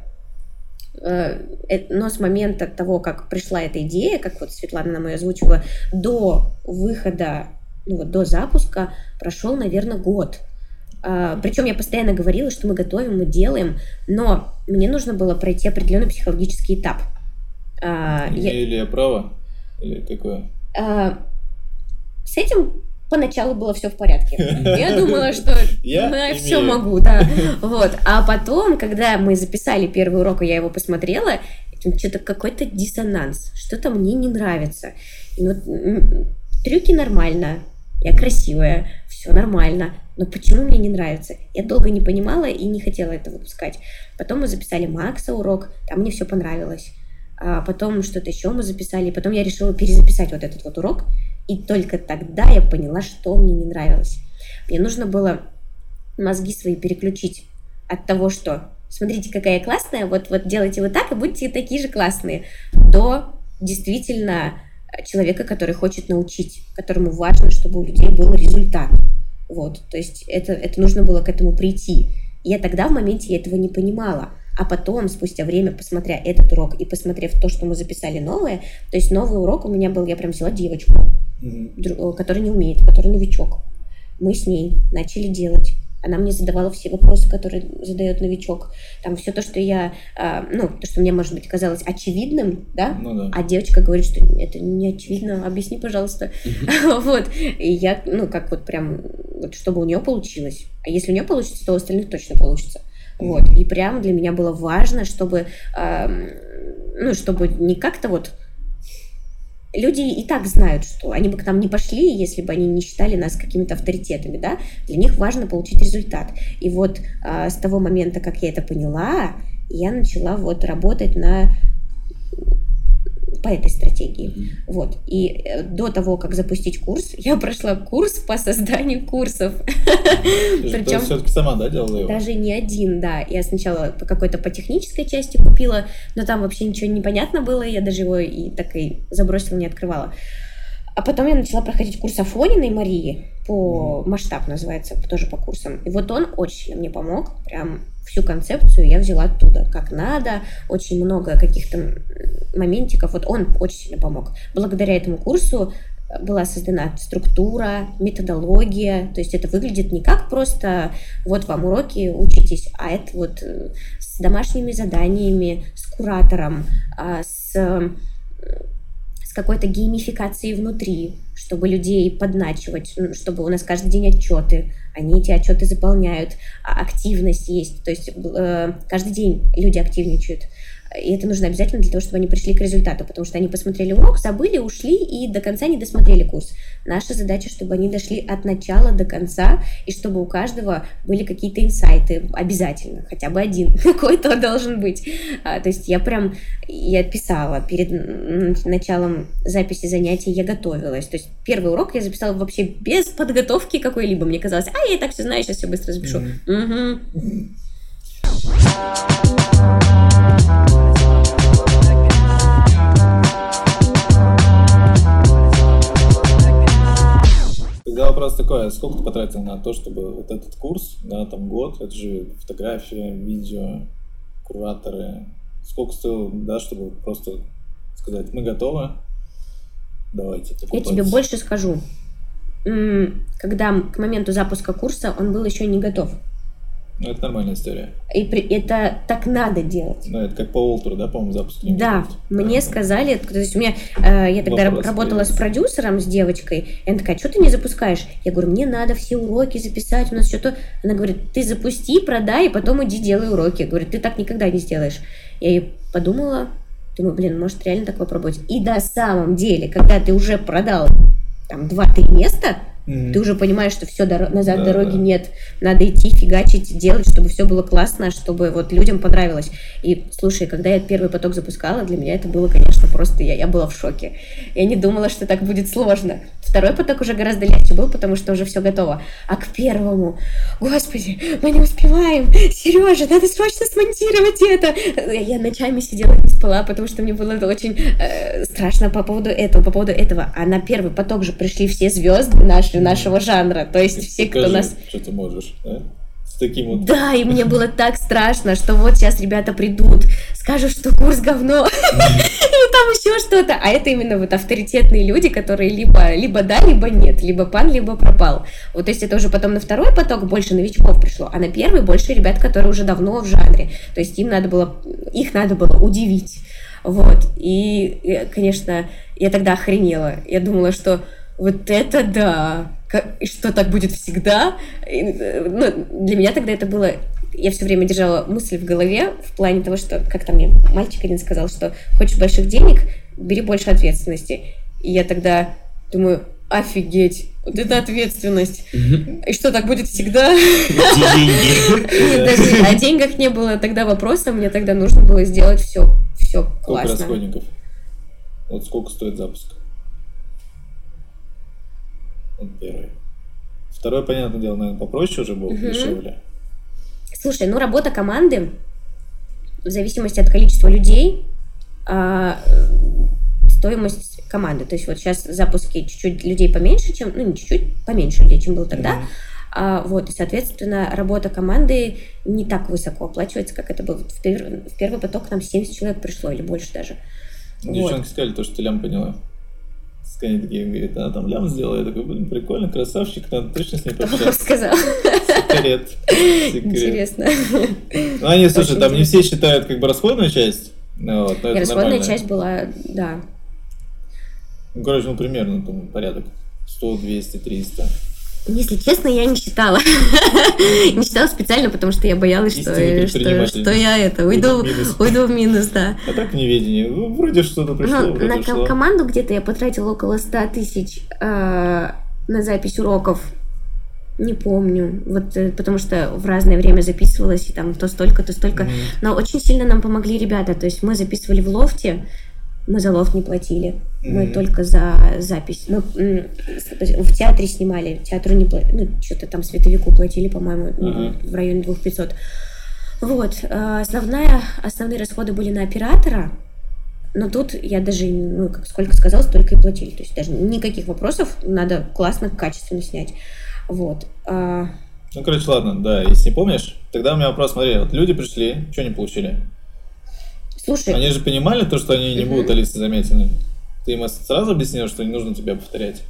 Speaker 2: Э, но с момента того, как пришла эта идея, как вот Светлана нам ее озвучила, до выхода, ну вот до запуска прошел, наверное, год. Uh, причем я постоянно говорила, что мы готовим, мы делаем, но мне нужно было пройти определенный психологический этап. Uh,
Speaker 1: Или я... я права? Или какое?
Speaker 2: Uh, с этим поначалу было все в порядке. Я думала, что я все могу, да. Вот. А потом, когда мы записали первый урок, и я его посмотрела, что-то какой-то диссонанс, что-то мне не нравится. И вот, трюки нормально, я красивая, все нормально, но почему мне не нравится? Я долго не понимала и не хотела это выпускать. Потом мы записали Макса урок, там мне все понравилось. А потом что-то еще мы записали, потом я решила перезаписать вот этот вот урок, и только тогда я поняла, что мне не нравилось. Мне нужно было мозги свои переключить от того, что смотрите, какая я классная, вот, вот делайте вот так, и будете такие же классные, до действительно человека, который хочет научить, которому важно, чтобы у людей был результат. Вот, то есть это, это нужно было к этому прийти. И я тогда в моменте этого не понимала. А потом, спустя время, посмотря этот урок и посмотрев то, что мы записали новое, то есть новый урок у меня был, я прям взяла девочку, mm-hmm. которая не умеет, которая новичок. Мы с ней начали делать. Она мне задавала все вопросы, которые задает новичок. Там все то, что я, э, ну, то, что мне, может быть, казалось очевидным, да?
Speaker 1: Ну, да.
Speaker 2: А девочка говорит, что это не очевидно, объясни, пожалуйста. Mm-hmm. Вот. И я, ну, как вот прям, вот, чтобы у нее получилось. А если у нее получится, то у остальных точно получится. Вот. И прям для меня было важно, чтобы, э, ну, чтобы не как-то вот... Люди и так знают, что они бы к нам не пошли, если бы они не считали нас какими-то авторитетами, да? Для них важно получить результат. И вот э, с того момента, как я это поняла, я начала вот работать на... по этой стратегии. Mm-hmm. Вот. И до того, как запустить курс, я прошла курс по созданию курсов.
Speaker 1: Причем все-таки сама, да, делала его?
Speaker 2: Даже не один, да. Я сначала по какой-то по технической части купила, но там вообще ничего не понятно было, я даже его и так и забросила, не открывала. А потом я начала проходить курс Афониной Марии, по масштаб называется, тоже по курсам. И вот он очень сильно мне помог, прям всю концепцию я взяла оттуда, как надо, очень много каких-то моментиков, вот он очень сильно помог. Благодаря этому курсу была создана структура, методология, то есть это выглядит не как просто вот вам уроки, учитесь, а это вот с домашними заданиями, с куратором, с... с какой-то геймификацией внутри, чтобы людей подначивать, чтобы у нас каждый день отчеты, они эти отчеты заполняют, а активность есть, то есть э, каждый день люди активничают. И это нужно обязательно для того, чтобы они пришли к результату, потому что они посмотрели урок, забыли, ушли и до конца не досмотрели курс. Наша задача, чтобы они дошли от начала до конца, и чтобы у каждого были какие-то инсайты, обязательно, хотя бы один какой-то должен быть. А, то есть я прям, я писала перед началом записи занятий, я готовилась. То есть первый урок я записала вообще без подготовки какой-либо. Мне казалось, а я и так все знаю, сейчас все быстро запишу. Mm-hmm. Угу.
Speaker 1: Тогда вопрос такой, а сколько ты потратил на то, чтобы вот этот курс, да, там год, это же фотография, видео, кураторы, сколько стоило, да, чтобы просто сказать, мы готовы, давайте покупать.
Speaker 2: Я тебе больше скажу, когда к моменту запуска курса он был еще не готов.
Speaker 1: Ну, это нормальная история.
Speaker 2: И при, это так надо делать.
Speaker 1: Ну, это как по Уолтеру, да, по-моему, запуск?
Speaker 2: Да, мне да. сказали, то есть у меня, э, я тогда Вопрос работала появился. с продюсером, с девочкой, и она такая, что ты не запускаешь? Я говорю, мне надо все уроки записать, у нас что-то... Она говорит, ты запусти, продай, и потом иди делай уроки. Я говорю, ты так никогда не сделаешь. Я и подумала, думаю, блин, может реально так попробовать. И на самом деле, когда ты уже продал там два-три места... Mm-hmm. Ты уже понимаешь, что все, дор- назад да, дороги да. нет. Надо идти, фигачить, делать, чтобы все было классно, чтобы вот людям понравилось. И, слушай, когда я первый поток запускала, для меня это было, конечно, просто... Я, я была в шоке. Я не думала, что так будет сложно. Второй поток уже гораздо легче был, потому что уже все готово. А к первому... Господи, мы не успеваем! Сережа, надо срочно смонтировать это! Я ночами сидела, не спала, потому что мне было очень э, страшно по поводу этого, по поводу этого. А на первый поток же пришли все звезды наши, нашего жанра, то есть все,
Speaker 1: Покажи,
Speaker 2: кто нас...
Speaker 1: что ты можешь, да? С таким вот...
Speaker 2: Да, и мне было так страшно, что вот сейчас ребята придут, скажут, что курс говно, и там еще что-то. А это именно вот авторитетные люди, которые либо, либо да, либо нет, либо пан, либо пропал. Вот, то есть это уже потом на второй поток больше новичков пришло, а на первый больше ребят, которые уже давно в жанре. То есть им надо было, их надо было удивить. Вот, и, конечно, я тогда охренела. Я думала, что вот это да, и что так будет всегда. И, ну, для меня тогда это было... Я все время держала мысль в голове в плане того, что, как там мне мальчик один сказал, что хочешь больших денег, бери больше ответственности. И я тогда думаю, офигеть, вот это ответственность. Mm-hmm. И что, так будет всегда? Даже о деньгах не было тогда вопроса, мне тогда нужно было сделать все, все классно.
Speaker 1: Сколько расходников? Вот сколько стоит запуск? Вот первый. Второй, понятное дело, наверное, попроще уже был, uh-huh. дешевле.
Speaker 2: Слушай, ну работа команды, в зависимости от количества людей, а, стоимость команды. То есть вот сейчас запуски чуть-чуть людей поменьше, чем, ну не чуть-чуть, поменьше людей, чем было тогда. Uh-huh. А, вот, и, соответственно, работа команды не так высоко оплачивается, как это было. В, пер... в первый поток к нам семьдесят человек пришло, или больше даже.
Speaker 1: Девчонки
Speaker 2: вот.
Speaker 1: сказали то, что ты лям поняла. Они такие, говорит, она там лям сделала. Я такой, блин, прикольно, красавчик, надо точно с ней пообщаться.
Speaker 2: Кто сказал?
Speaker 1: Секрет. Секрет.
Speaker 2: Интересно.
Speaker 1: Ну, они, слушай, там не все считают как бы расходную часть. Вот,
Speaker 2: и расходная часть была, да.
Speaker 1: Ну, короче, ну, примерно там порядок. сто, двести, триста.
Speaker 2: Если честно, я не считала. Не считала специально, потому что я боялась, что, что, что я это уйду, уйду в минус, да.
Speaker 1: А так в неведении. Ну, вроде что-то пришло,
Speaker 2: ну,
Speaker 1: вроде
Speaker 2: на
Speaker 1: шло.
Speaker 2: команду где-то я потратила около ста тысяч э, на запись уроков. Не помню. Вот, э, потому что в разное время записывалась, и там то столько, то столько. Mm-hmm. Но очень сильно нам помогли ребята. То есть мы записывали в лофте, мы за лофт не платили. Mm-hmm. Мы только за запись. Мы в театре снимали, театру не платили. Ну, что-то там световику платили, по-моему, mm-hmm. в районе две тысячи пятьсот. Вот. Основная, основные расходы были на оператора, но тут я даже, ну, как сколько сказала, столько и платили. То есть даже никаких вопросов, надо классно, качественно снять. Вот.
Speaker 1: Ну, короче, ладно, да, если не помнишь, тогда у меня вопрос, смотри, вот люди пришли, что они получили?
Speaker 2: Слушай.
Speaker 1: Они же понимали то, что они не uh-huh. будут Алисы Замятиной? Ты им сразу объяснила, что не нужно тебя повторять?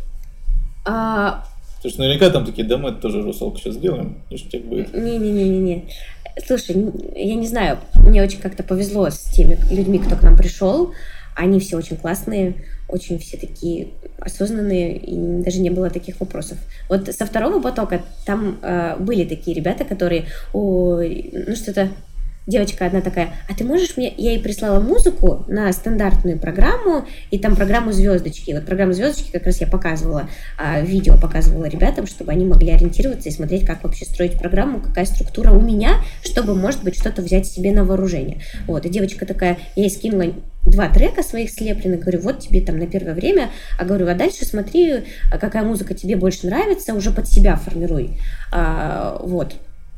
Speaker 2: А...
Speaker 1: Потому что наверняка там такие, да мы тоже русалку сейчас сделаем, и что тебе будет?
Speaker 2: Не-не-не-не-не. Слушай, я не знаю, мне очень как-то повезло с теми людьми, кто к нам пришел. Они все очень классные, очень все такие осознанные, и даже не было таких вопросов. Вот со второго потока там э, были такие ребята, которые, ой, ну что-то... Девочка одна такая, а ты можешь мне... Я ей прислала музыку на стандартную программу, и там программу «Звездочки». Вот программу «Звездочки» как раз я показывала, а, видео показывала ребятам, чтобы они могли ориентироваться и смотреть, как вообще строить программу, какая структура у меня, чтобы, может быть, что-то взять себе на вооружение. Вот, и девочка такая, я ей скинула два трека своих слепленных, говорю, вот тебе там на первое время, а говорю, а дальше смотри, какая музыка тебе больше нравится, уже под себя формируй. А, вот.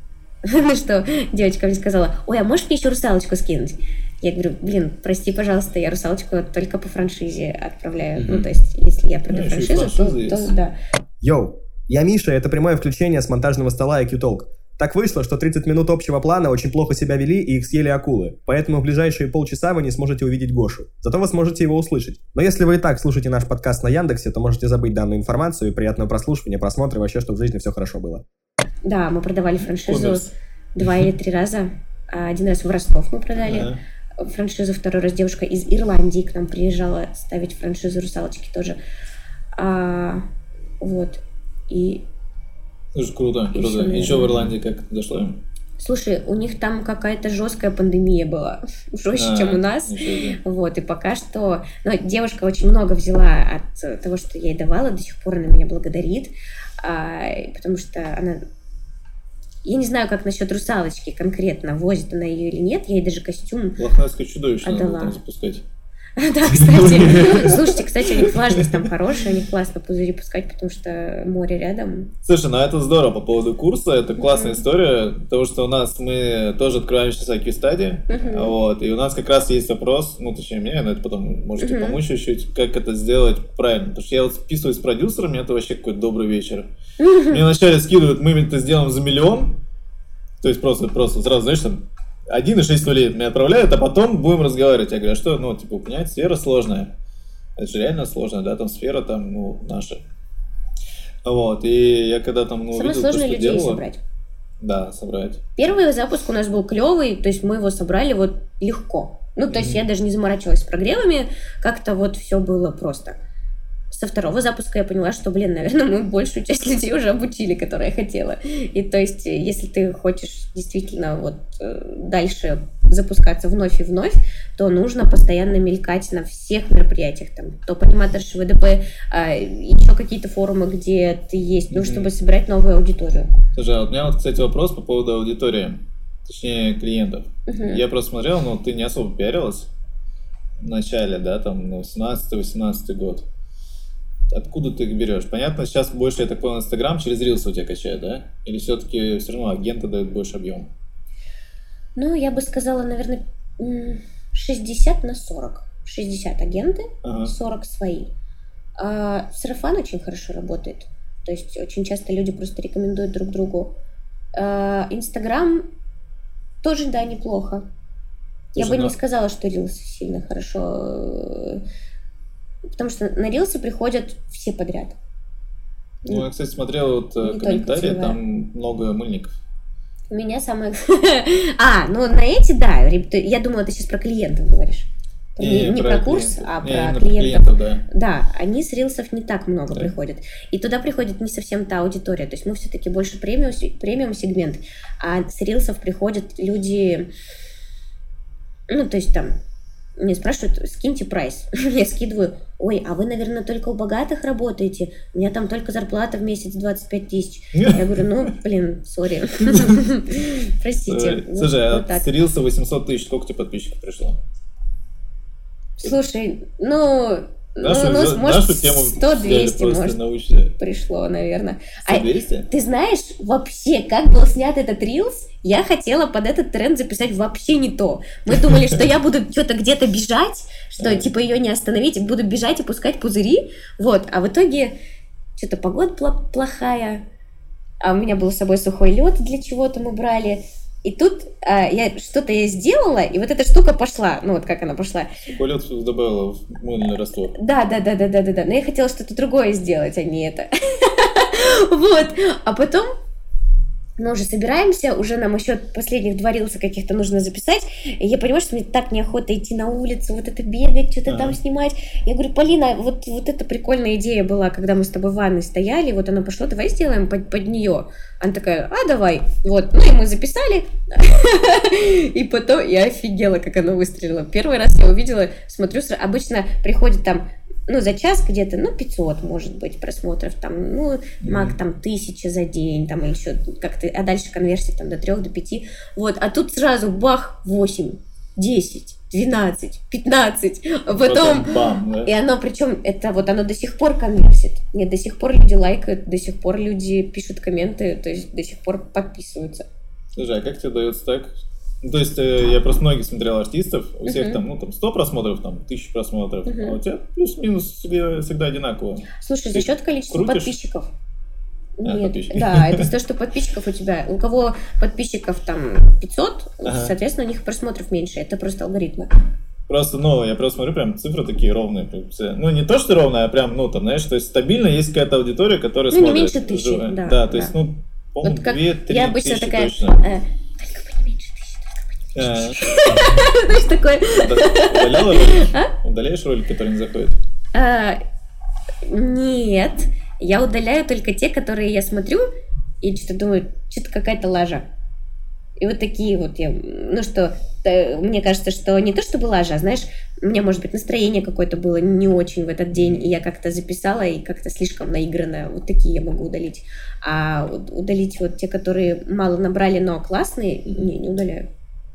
Speaker 2: Ну что, девочка мне сказала, ой, а можешь мне еще русалочку скинуть? Я говорю, блин, прости, пожалуйста, я русалочку только по франшизе отправляю. Mm-hmm. Ну, то есть, если я продаю ну, франшизу, то, то да.
Speaker 6: Йоу, я Миша, это прямое включение с монтажного стола ай кью Talk. Так вышло, что тридцать минут общего плана очень плохо себя вели и их съели акулы, поэтому в ближайшие полчаса вы не сможете увидеть Гошу. Зато вы сможете его услышать. Но если вы и так слушаете наш подкаст на Яндексе, то можете забыть данную информацию и приятного прослушивания, просмотра, вообще, чтобы в жизни все хорошо было.
Speaker 2: Да, мы продавали франшизу Кодерс. два или три раза. Один раз в Ростов мы продали ага. франшизу, второй раз девушка из Ирландии к нам приезжала ставить франшизу «Русалочки» тоже. А, вот. И...
Speaker 1: Слушай, круто, и круто. И что в Ирландии, как это дошло им?
Speaker 2: Слушай, у них там какая-то жесткая пандемия была, жестче, а, чем у нас. Вот, и пока что... Но девушка очень много взяла от того, что я ей давала, до сих пор она меня благодарит, а, потому что она... Я не знаю, как насчет «Русалочки» конкретно, возит она ее или нет, я ей даже костюм
Speaker 1: Лохнесское чудовище
Speaker 2: отдала.
Speaker 1: Надо там запускать.
Speaker 2: Да, кстати. Слушайте, кстати, у них влажность там хорошая, у них классно пузыри пускать, потому что море рядом.
Speaker 1: Слушай, ну это здорово по поводу курса, это классная mm-hmm. история, потому что у нас мы тоже открываем сейчас ай кью-стадии, mm-hmm. вот, и у нас как раз есть вопрос, ну, точнее, мне, но это потом можете mm-hmm. помочь чуть-чуть, как это сделать правильно, потому что я вот списываюсь с продюсером, это вообще какой-то добрый вечер. Mm-hmm. Мне вначале скидывают, мы это сделаем за миллион, то есть просто, просто сразу, знаешь, там, один и шесть нулей мне отправляют, а потом будем разговаривать. Я говорю, а что, ну, типа, понять, сфера сложная. Это же реально сложно, да, там сфера, там, ну, наша. Вот, и я когда там, ну,
Speaker 2: самое
Speaker 1: видел
Speaker 2: сложное
Speaker 1: то, что
Speaker 2: людей
Speaker 1: делала,
Speaker 2: собрать.
Speaker 1: Да, собрать.
Speaker 2: Первый запуск у нас был клевый, то есть мы его собрали вот легко. Ну, то mm-hmm. есть я даже не заморачивалась с прогревами, как-то вот все было просто. Со второго запуска я поняла, что, блин, наверное, мы большую часть людей уже обучили, которые я хотела. И то есть, если ты хочешь действительно вот дальше запускаться вновь и вновь, то нужно постоянно мелькать на всех мероприятиях. Там, топ-аниматор, ШВДП, а, еще какие-то форумы, где ты есть, ну, mm-hmm. чтобы собирать новую аудиторию.
Speaker 1: Слушай, а вот у меня вот, кстати, вопрос по поводу аудитории, точнее, клиентов. Mm-hmm. Я просто смотрел, но ты не особо пиарилась в начале, да, там, ну, семнадцатый-восемнадцатый год. Откуда ты их берешь? Понятно, сейчас больше, я так понял, Инстаграм через Рилсы у тебя качает, да? Или все-таки все равно агенты дают больше объем?
Speaker 2: Ну, я бы сказала, наверное, шестьдесят на сорок. шестьдесят агенты, ага. сорок свои. А сарафан очень хорошо работает. То есть очень часто люди просто рекомендуют друг другу. Инстаграм тоже, да, неплохо. Я бы не сказала, что рилсы сильно хорошо, потому что на рилсы приходят все подряд.
Speaker 1: Ну, я, кстати, смотрел вот комментарии, там много мыльников.
Speaker 2: У меня самое... А, ну на эти, да, я думала, ты сейчас про клиентов говоришь. Не, не про, про курс, клиентов. а не, про клиентов. клиентов да. да, они с рилсов не так много да. приходят. И туда приходит не совсем та аудитория. То есть мы все-таки больше премиум, премиум сегмент, а с рилсов приходят люди... Ну, то есть там мне спрашивают, скиньте прайс. Я скидываю, ой, а вы, наверное, только у богатых работаете? У меня там только зарплата в месяц двадцать пять тысяч. Я говорю, ну, блин, сори. Простите.
Speaker 1: Слушай, а с рилса восемьсот тысяч, сколько тебе подписчиков пришло?
Speaker 2: Слушай, ну...
Speaker 1: Нашу,
Speaker 2: ну, ну, может,
Speaker 1: сто-двести,
Speaker 2: может,
Speaker 1: научные.
Speaker 2: пришло, наверное.
Speaker 1: сто-двести?
Speaker 2: А, ты знаешь, вообще, как был снят этот рилс, я хотела под этот тренд записать вообще не то. Мы думали, что я буду что-то где-то бежать, что типа ее не остановить, буду бежать и пускать пузыри, вот. А в итоге что-то погода плохая, а у меня был с собой сухой лед, для чего-то мы брали. И тут а, я что-то я сделала, и вот эта штука пошла. Ну, вот как она пошла.
Speaker 1: Полет добавила в мыльный раствор.
Speaker 2: Да, да, да, да, да, да, да. Но я хотела что-то другое сделать, а не это. Вот. А потом мы уже собираемся, уже нам еще последних два рилса каких-то нужно записать. И я понимаю, что мне так неохота идти на улицу, вот это бегать, что-то там снимать. Я говорю, Полина, вот, вот эта прикольная идея была, когда мы с тобой в ванной стояли, вот она пошла, давай сделаем под, под нее. Она такая, а давай. Вот, ну и мы записали. И потом я офигела, как оно выстрелило. Первый раз я увидела, смотрю, обычно приходит там, ну, за час где-то, ну, пятьсот, может быть, просмотров, там, ну, маг, там, тысяча за день, там, или еще как-то, а дальше конверсия, там, до трех, до пяти, вот, а тут сразу бах, восемь, десять, двенадцать, пятнадцать, а потом, потом бам, да? И оно, причем, это вот, оно до сих пор конверсит, нет, до сих пор люди лайкают, до сих пор люди пишут комменты, то есть до сих пор подписываются.
Speaker 1: Слушай, а как тебе удается так? Ну, то есть, э, я просто многих смотрел артистов, у всех uh-huh. там, ну, там, сто просмотров, там, тысяча просмотров, uh-huh. а у тебя плюс-минус всегда, всегда одинаково.
Speaker 2: Слушай, за счет количества крутишь? Подписчиков.
Speaker 1: А,
Speaker 2: Нет,
Speaker 1: подписчики.
Speaker 2: Да, это то, что подписчиков у тебя, у кого подписчиков там пятьсот, ага. соответственно, у них просмотров меньше, это просто алгоритмы.
Speaker 1: Просто, ну, я просто смотрю, прям цифры такие ровные. Ну, не то, что ровные, а прям, ну, там, знаешь, то есть стабильно есть какая-то аудитория, которая
Speaker 2: ну,
Speaker 1: смотрит.
Speaker 2: Ну, не меньше тысячи,
Speaker 1: живая.
Speaker 2: да.
Speaker 1: Да, то
Speaker 2: да.
Speaker 1: есть, ну, по-моему,
Speaker 2: вот
Speaker 1: две-три
Speaker 2: я обычно
Speaker 1: тысячи
Speaker 2: такая,
Speaker 1: точно.
Speaker 2: Э, только бы не меньше тысячи, только бы не меньше тысячи. Знаешь, такое...
Speaker 1: Удаляла ролик? Удаляешь ролик, который не заходит?
Speaker 2: Нет, я удаляю только те, которые я смотрю и что-то думаю, что-то какая-то лажа. И вот такие вот я, ну что, мне кажется, что не то чтобы лажа, а знаешь, у меня, может быть, настроение какое-то было не очень в этот день, и я как-то записала, и как-то слишком наигранное. Вот такие я могу удалить. А удалить вот те, которые мало набрали, но классные, не, не удаляю.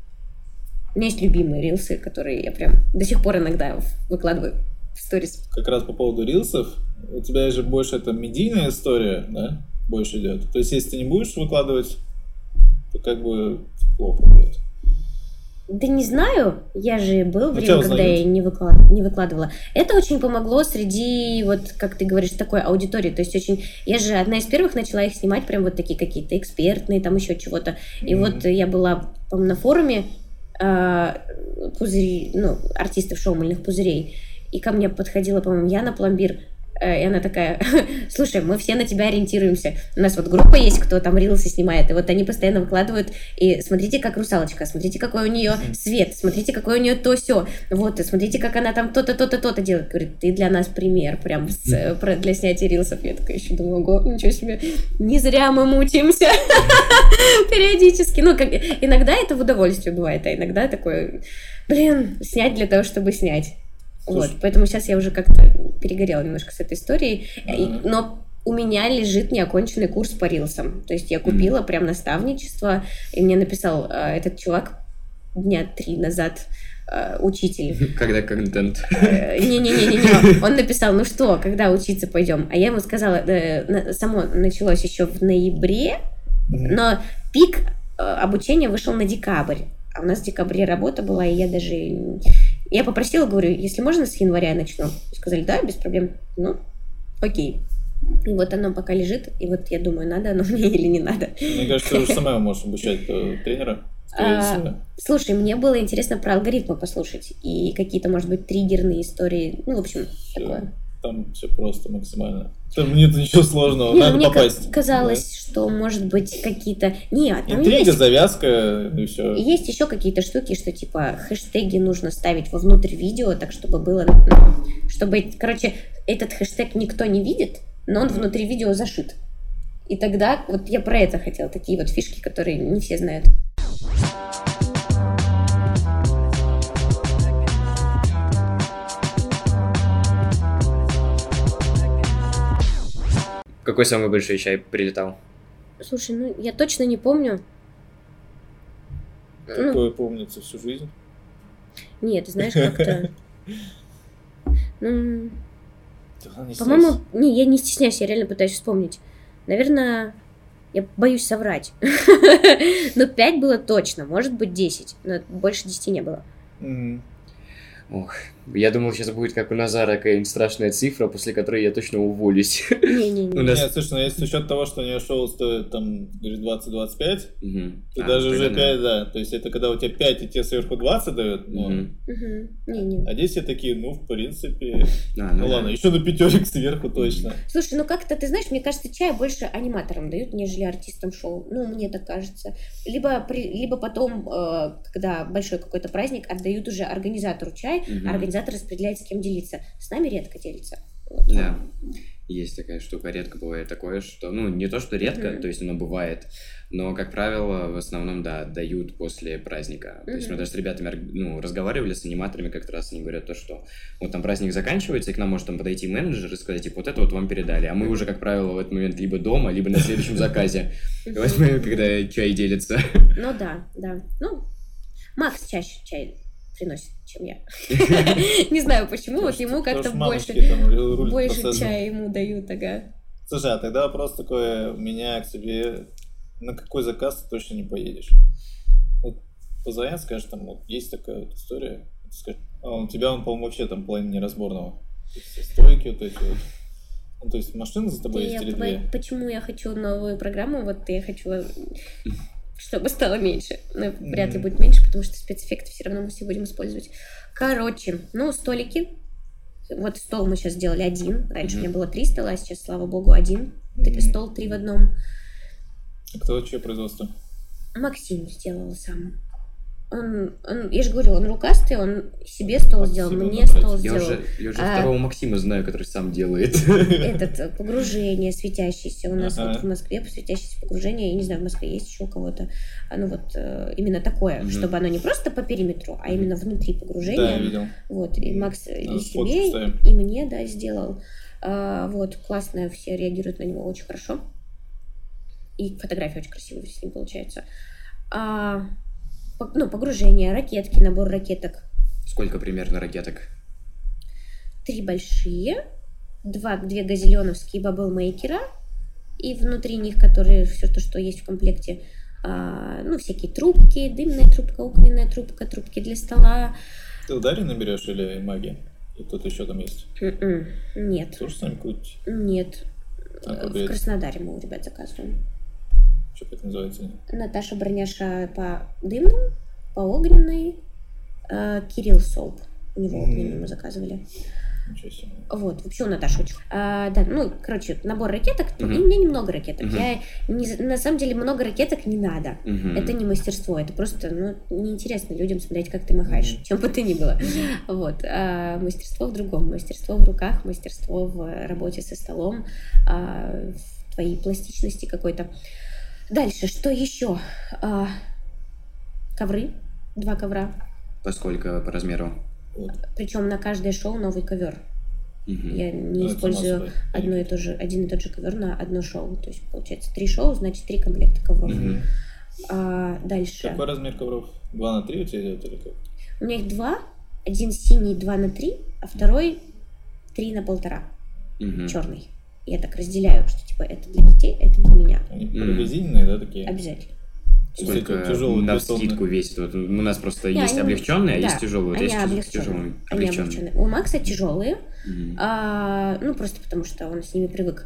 Speaker 2: У меня есть любимые рилсы, которые я прям до сих пор иногда выкладываю в сторис.
Speaker 1: Как раз по поводу рилсов, у тебя же больше это медийная история, да, больше идет. То есть, если ты не будешь выкладывать, то как бы плохо будет.
Speaker 2: Да не знаю, я же был время, когда узнают. Я не, выклад... не выкладывала. Это очень помогло среди, вот как ты говоришь, такой аудитории. То есть очень, я же одна из первых начала их снимать, прям вот такие какие-то экспертные, там еще чего-то. И mm-hmm. вот я была, по-моему, на форуме э, пузырей, ну, артистов шоу «Мыльных пузырей», и ко мне подходила, по-моему, Яна Пломбир. И она такая, слушай, мы все на тебя ориентируемся. У нас вот группа есть, кто там рилсы снимает, и вот они постоянно выкладывают, и смотрите, как русалочка, смотрите, какой у нее свет, смотрите, какой у нее то-сё, вот, и смотрите, как она там то-то, то-то, то-то делает. Говорит, ты для нас пример, прям с, про, для снятия рилсов. Я такая еще думаю, ого, ничего себе, не зря мы мучаемся периодически. Ну, как, иногда это в удовольствие бывает, а иногда такое, блин, снять для того, чтобы снять. Вот, поэтому сейчас я уже как-то перегорела немножко с этой историей, mm-hmm. но у меня лежит неоконченный курс по рилсам, то есть я купила mm-hmm. прям наставничество, и мне написал э, этот чувак дня три назад, э, учитель.
Speaker 3: Когда контент.
Speaker 2: Не-не-не-не, он написал, ну что, когда учиться пойдем? А я ему сказала, э, само началось еще в ноябре, mm-hmm. но пик э, обучения вышел на декабрь, а у нас в декабре работа была, и я даже... Я попросила, говорю, если можно, с января я начну. Сказали, да, без проблем. Ну, окей. И вот оно пока лежит, и вот я думаю, надо оно мне или не надо.
Speaker 1: Мне кажется, ты уже сама можешь обучать тренера.
Speaker 2: А, слушай, мне было интересно про алгоритмы послушать и какие-то, может быть, триггерные истории. Ну, в общем,
Speaker 1: все,
Speaker 2: такое.
Speaker 1: Там все просто максимально. Там нет ничего сложного,
Speaker 2: не,
Speaker 1: надо
Speaker 2: мне
Speaker 1: попасть.
Speaker 2: Казалось, да. что, может быть, какие-то... Нет, там интрига,
Speaker 1: есть... завязка, и все.
Speaker 2: Есть еще какие-то штуки, что, типа, хэштеги нужно ставить вовнутрь видео, так, чтобы было... Ну, чтобы, короче, этот хэштег никто не видит, но он внутри видео зашит. И тогда, вот я про это хотела, такие вот фишки, которые не все знают.
Speaker 3: Какой самый большой чай прилетал?
Speaker 2: Слушай, ну я точно не помню.
Speaker 1: Такое ну, помнится всю жизнь?
Speaker 2: Нет, знаешь, как-то... Ну, по-моему, не, я не стесняюсь, я реально пытаюсь вспомнить. Наверное, я боюсь соврать. Но пять было точно, может быть десять, но больше десяти не было.
Speaker 3: Ох, я думал, сейчас будет как у Назара какая-нибудь страшная цифра, после которой я точно уволюсь.
Speaker 2: Не-не-не.
Speaker 1: Нас... Нет, слушай, ну если с учетом того, что у нее шоу стоит там, говорит, двадцать-двадцать пять, угу. то а, даже уже пять, да. То есть это когда у тебя пять, и тебе сверху двадцать дают, ну,
Speaker 2: угу. Не-не.
Speaker 1: А здесь все такие, ну, в принципе, а, ну, ну ладно, да. Еще на пятерик сверху точно.
Speaker 2: Слушай, ну как-то, ты знаешь, мне кажется, чай больше аниматорам дают, нежели артистам шоу. Ну, мне так кажется. Либо, при... Либо потом, э, когда большой какой-то праздник, отдают уже организатору чай, угу. Организатор распределяет, с кем делиться. С нами редко делится. Вот.
Speaker 3: Да, есть такая штука. Редко бывает такое, что... Ну, не то, что редко, mm-hmm. то есть оно бывает, но, как правило, в основном, да, дают после праздника. Mm-hmm. То есть мы даже с ребятами ну, разговаривали, с аниматорами как раз, они говорят то, что вот там праздник заканчивается, и к нам может там подойти менеджер и сказать, типа, вот это вот вам передали. А мы уже, как правило, в этот момент либо дома, либо на следующем заказе. Возьмем, когда чай делится.
Speaker 2: Ну да, да. Ну, Макс чаще чай приносит, чем я. Не знаю почему, вот ему как-то больше больше чая ему дают, ага.
Speaker 1: Слушай, а тогда вопрос такой у меня к тебе, на какой заказ ты точно не поедешь? Вот позвонят, скажешь, там вот есть такая вот история, скажешь, а у тебя он, по-моему, вообще там половина неразборного. То есть стойки вот эти вот. Ну, то есть машина за тобой есть или две?
Speaker 2: Почему я хочу новую программу, вот я хочу... чтобы стало меньше. Но вряд ли будет меньше, потому что спецэффекты все равно мы все будем использовать. Короче, ну, столики. Вот стол мы сейчас сделали один. Раньше mm-hmm. у меня было три стола, а сейчас, слава богу, один. Mm-hmm. Стол три в одном.
Speaker 1: А кто чье производство?
Speaker 2: Максим сделал сам. Он, он, я же говорю, он рукастый, он себе стол Максим сделал, мне набрать. Стол
Speaker 3: я
Speaker 2: сделал.
Speaker 3: Уже, я уже а, второго Максима знаю, который сам делает.
Speaker 2: Этот, погружение светящееся. У нас ага. вот в Москве светящееся погружение, я не знаю, в Москве есть еще у кого-то. Ну вот, именно такое, угу. чтобы оно не просто по периметру, а именно внутри погружения.
Speaker 1: Да, я видел.
Speaker 2: Вот, и Макс
Speaker 1: да,
Speaker 2: и себе, и мне, да, сделал. А, вот, классно, все реагируют на него очень хорошо. И фотографии очень красивые с ним получаются. А... Ну, погружение, ракетки, набор ракеток.
Speaker 3: Сколько примерно ракеток?
Speaker 2: Три большие, два, две газелёновские бабл-мейкера, и внутри них, которые все то, что есть в комплекте, а, ну, всякие трубки, дымная трубка, огненная трубка, трубки для стола.
Speaker 1: Ты ударенно берешь или магия? И тут еще там есть?
Speaker 2: Mm-mm. Нет.
Speaker 1: Тоже сами крутите?
Speaker 2: Нет. А, в Краснодаре мы у ребят заказываем.
Speaker 1: Что это называется?
Speaker 2: Наташа Броняша по дымным, по огненной, э, Кирилл Солб. У него огненный mm. мы заказывали.
Speaker 1: Ничего себе.
Speaker 2: Вот, вообще у Наташи очень. А, да, ну, короче, набор ракеток. Mm-hmm. И мне немного ракеток. Mm-hmm. Я не, на самом деле много ракеток не надо. Mm-hmm. Это не мастерство, это просто, ну, неинтересно людям смотреть, как ты махаешь, mm-hmm. чем бы ты ни было. Mm-hmm. Вот. А мастерство в другом. Мастерство в руках, мастерство в работе со столом, а, в твоей пластичности какой-то. Дальше, что еще? А, ковры, два ковра.
Speaker 3: По сколько по размеру?
Speaker 2: Причем на каждое шоу новый ковер. Угу. Я не ну, использую одно и то же, один и тот же ковер на одно шоу. То есть, получается, три шоу, значит, три комплекта ковров. Угу. А, дальше.
Speaker 1: Какой размер ковров? Два на три у тебя идет или как?
Speaker 2: У меня их два. Один синий, два на три, а второй три на полтора. Угу. Черный. Я так разделяю, что типа это для детей, это для меня.
Speaker 1: Они прорезиненные, mm. да, такие?
Speaker 2: Обязательно.
Speaker 3: Сколько на скидку весит? Вот у нас просто не, есть они, облегченные, а да, есть тяжелые. Вот есть
Speaker 2: облегченные. Они облегченные. У Макса тяжелые, mm-hmm. а, ну просто потому что он с ними привык.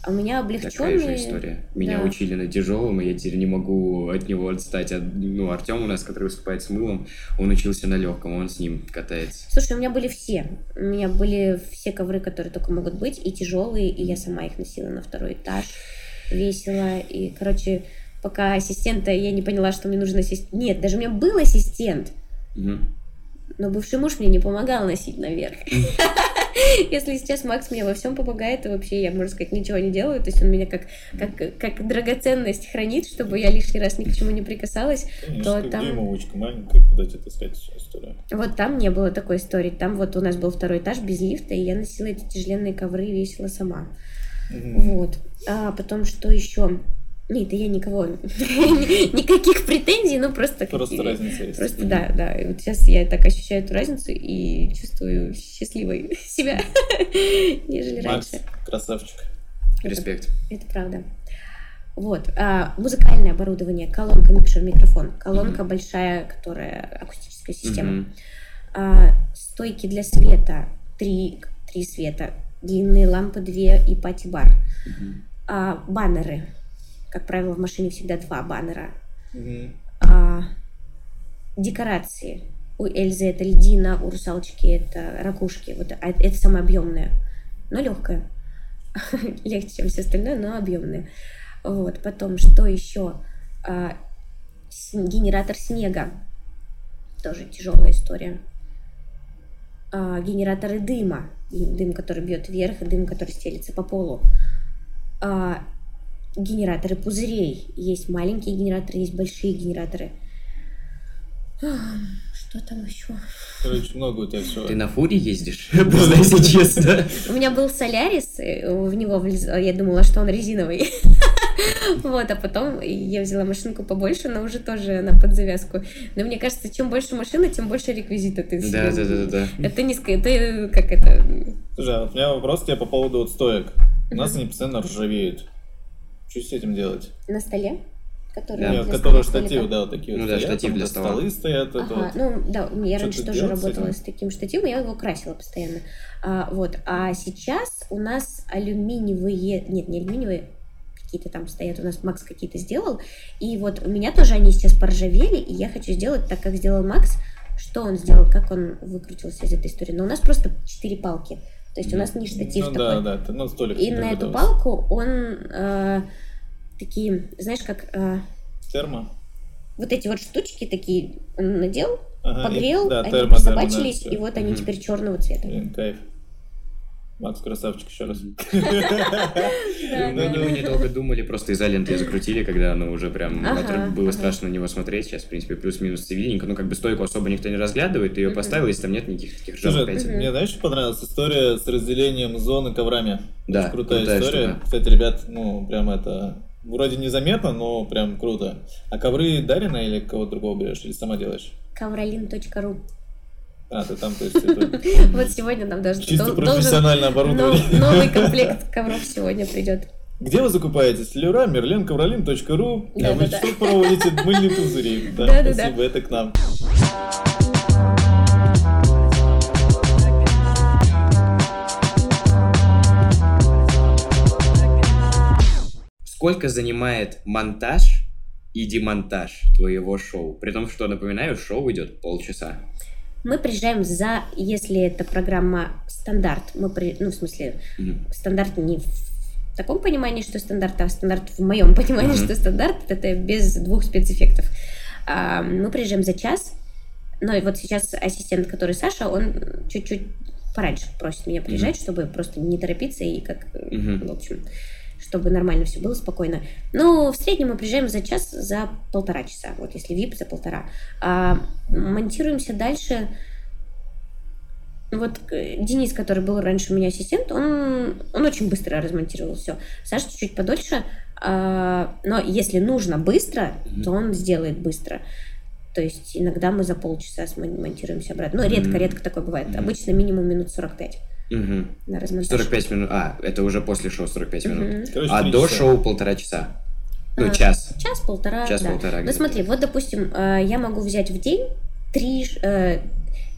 Speaker 2: А у меня облегченный...
Speaker 3: Такая же история. Меня
Speaker 2: да.
Speaker 3: учили на тяжелом, и я теперь не могу от него отстать. Ну, Артем у нас, который выступает с мылом, он учился на легком, он с ним катается.
Speaker 2: Слушай, у меня были все. У меня были все ковры, которые только могут быть, и тяжелые, и я сама их носила на второй этаж. Весело. И, короче, пока ассистента, я не поняла, что мне нужен ассистент. Нет, даже у меня был ассистент.
Speaker 3: Угу.
Speaker 2: Но бывший муж мне не помогал носить наверх. Если сейчас Макс мне во всем помогает, то вообще я, можно сказать, ничего не делаю. То есть он меня как, как, как драгоценность хранит, чтобы я лишний раз ни к чему не прикасалась.
Speaker 1: Конечно,
Speaker 2: то там...
Speaker 1: дюймовочка маленькая, куда тебе таскать историю.
Speaker 2: Вот там не было такой истории. Там вот у нас был второй этаж без лифта, и я носила эти тяжеленные ковры и весила сама. Mm-hmm. Вот. А потом что еще? Нет, это я никого, никаких претензий, ну просто...
Speaker 1: Просто разница есть.
Speaker 2: Просто да, да. И вот сейчас я так ощущаю эту разницу и чувствую счастливой себя, нежели
Speaker 1: Макс,
Speaker 2: раньше.
Speaker 1: красавчик.
Speaker 3: Респект.
Speaker 2: Это правда. Вот. А, музыкальное оборудование, колонка, микшер, микрофон. Колонка mm-hmm. большая, которая акустическая система.
Speaker 3: Mm-hmm.
Speaker 2: А, стойки для света, три, три света. Длинные лампы две и пати-бар. Mm-hmm. А, баннеры. Как правило, в машине всегда два баннера. Mm-hmm. А, декорации. У Эльзы это льдина, у Русалочки это ракушки. Вот это самое объемное, но легкое. Легче, чем все остальное, но объемное. Вот. Потом, что еще? А, с, генератор снега. Тоже тяжелая история. А, генераторы дыма. Дым, который бьет вверх, и дым, который стелится по полу. А, генераторы пузырей. Есть маленькие генераторы, есть большие генераторы. Что там еще?
Speaker 1: Короче, много у тебя всего.
Speaker 3: Ты на фуре ездишь? Просто если честно.
Speaker 2: У меня был Солярис, в него влезла, я думала, что он резиновый. Вот, а потом я взяла машинку побольше, но уже тоже на подзавязку. Но мне кажется, чем больше машина, тем больше реквизита ты себе...
Speaker 3: Да, да, да, да.
Speaker 2: Это низко, это как это...
Speaker 1: Слушай, а вот у меня вопрос к тебе по поводу вот стоек. У нас они постоянно ржавеют. Что с этим делать?
Speaker 2: На столе?
Speaker 1: Которые, Нет, которые штативы, да, вот такие
Speaker 3: ну,
Speaker 1: вот
Speaker 3: да,
Speaker 1: стоят,
Speaker 3: штатив для стола.
Speaker 1: Столы стоят.
Speaker 2: Ага,
Speaker 1: вот.
Speaker 2: Ну, да, я раньше
Speaker 1: Что-то
Speaker 2: тоже работала
Speaker 1: с,
Speaker 2: с таким штативом, я его красила постоянно. А, вот, а сейчас у нас алюминиевые, нет, не алюминиевые, какие-то там стоят, у нас Макс какие-то сделал, и вот у меня тоже они сейчас поржавели, и я хочу сделать так, как сделал Макс. Что он сделал, как он выкрутился из этой истории. Но у нас просто четыре палки, то есть у нас не штатив
Speaker 1: ну,
Speaker 2: такой.
Speaker 1: Да, да, ну, столик.
Speaker 2: И на эту палку он э, такие, знаешь, как... Э,
Speaker 1: термо?
Speaker 2: Вот эти вот штучки такие он надел, ага, погрел,
Speaker 1: и, да,
Speaker 2: они
Speaker 1: термо,
Speaker 2: пособачились,
Speaker 1: да,
Speaker 2: и вот они теперь черного цвета.
Speaker 1: Блин, кайф. Макс, красавчик, еще раз.
Speaker 3: Мы недолго думали, просто изолентой закрутили, когда оно уже прям было страшно на него смотреть. Сейчас, в принципе, плюс-минус цивильненько. Ну, как бы стойку особо никто не разглядывает, ты ее поставил, если там нет никаких таких ржавых пятен.
Speaker 1: Мне, знаешь, что понравилась история с разделением зоны коврами?
Speaker 3: Да,
Speaker 1: крутая история. Кстати, ребят, ну, прям это... Вроде незаметно, но прям круто. А ковры Дарина или кого-то другого берешь? Или сама делаешь?
Speaker 2: ковролин точка ру.
Speaker 1: А, ты там, то есть... Это...
Speaker 2: Вот сегодня нам даже...
Speaker 1: Чисто профессиональное оборудование.
Speaker 2: Новый комплект ковров сегодня придет.
Speaker 1: Где вы закупаетесь? Леруа, Мерлен, ковролин точка ру. А вы что проводите мыльные пузыри? Да, спасибо, это к нам.
Speaker 3: Сколько занимает монтаж и демонтаж твоего шоу? При том, что, напоминаю, шоу идет полчаса.
Speaker 2: Мы приезжаем за, если это программа стандарт, мы при, ну, в смысле, mm-hmm. стандарт не в таком понимании, что стандарт, а стандарт в моем понимании, mm-hmm. что стандарт, это без двух спецэффектов. А, мы приезжаем за час, но и вот сейчас ассистент, который Саша, он чуть-чуть пораньше просит меня приезжать, mm-hmm. чтобы просто не торопиться и как, mm-hmm. в общем... чтобы нормально все было, спокойно. Но в среднем мы приезжаем за час, за полтора часа. Вот если ви ай пи, за полтора. А монтируемся дальше. Вот Денис, который был раньше у меня ассистент, он, он очень быстро размонтировал все. Саша чуть-чуть подольше. А, но если нужно быстро, mm-hmm. то он сделает быстро. То есть иногда мы за полчаса монтируемся обратно. Но редко-редко такое бывает. Mm-hmm. Обычно минимум минут сорок пять.
Speaker 3: Угу.
Speaker 2: На размонтаж.
Speaker 3: сорок пять минут. А, это уже после шоу сорок пять минут.
Speaker 2: Угу.
Speaker 1: Короче,
Speaker 3: а до
Speaker 1: часа.
Speaker 3: шоу полтора часа. Ну,
Speaker 2: а,
Speaker 3: час.
Speaker 2: Час-полтора.
Speaker 3: Час-полтора.
Speaker 2: Да. Ну, смотри, вот, допустим, я могу взять в день три,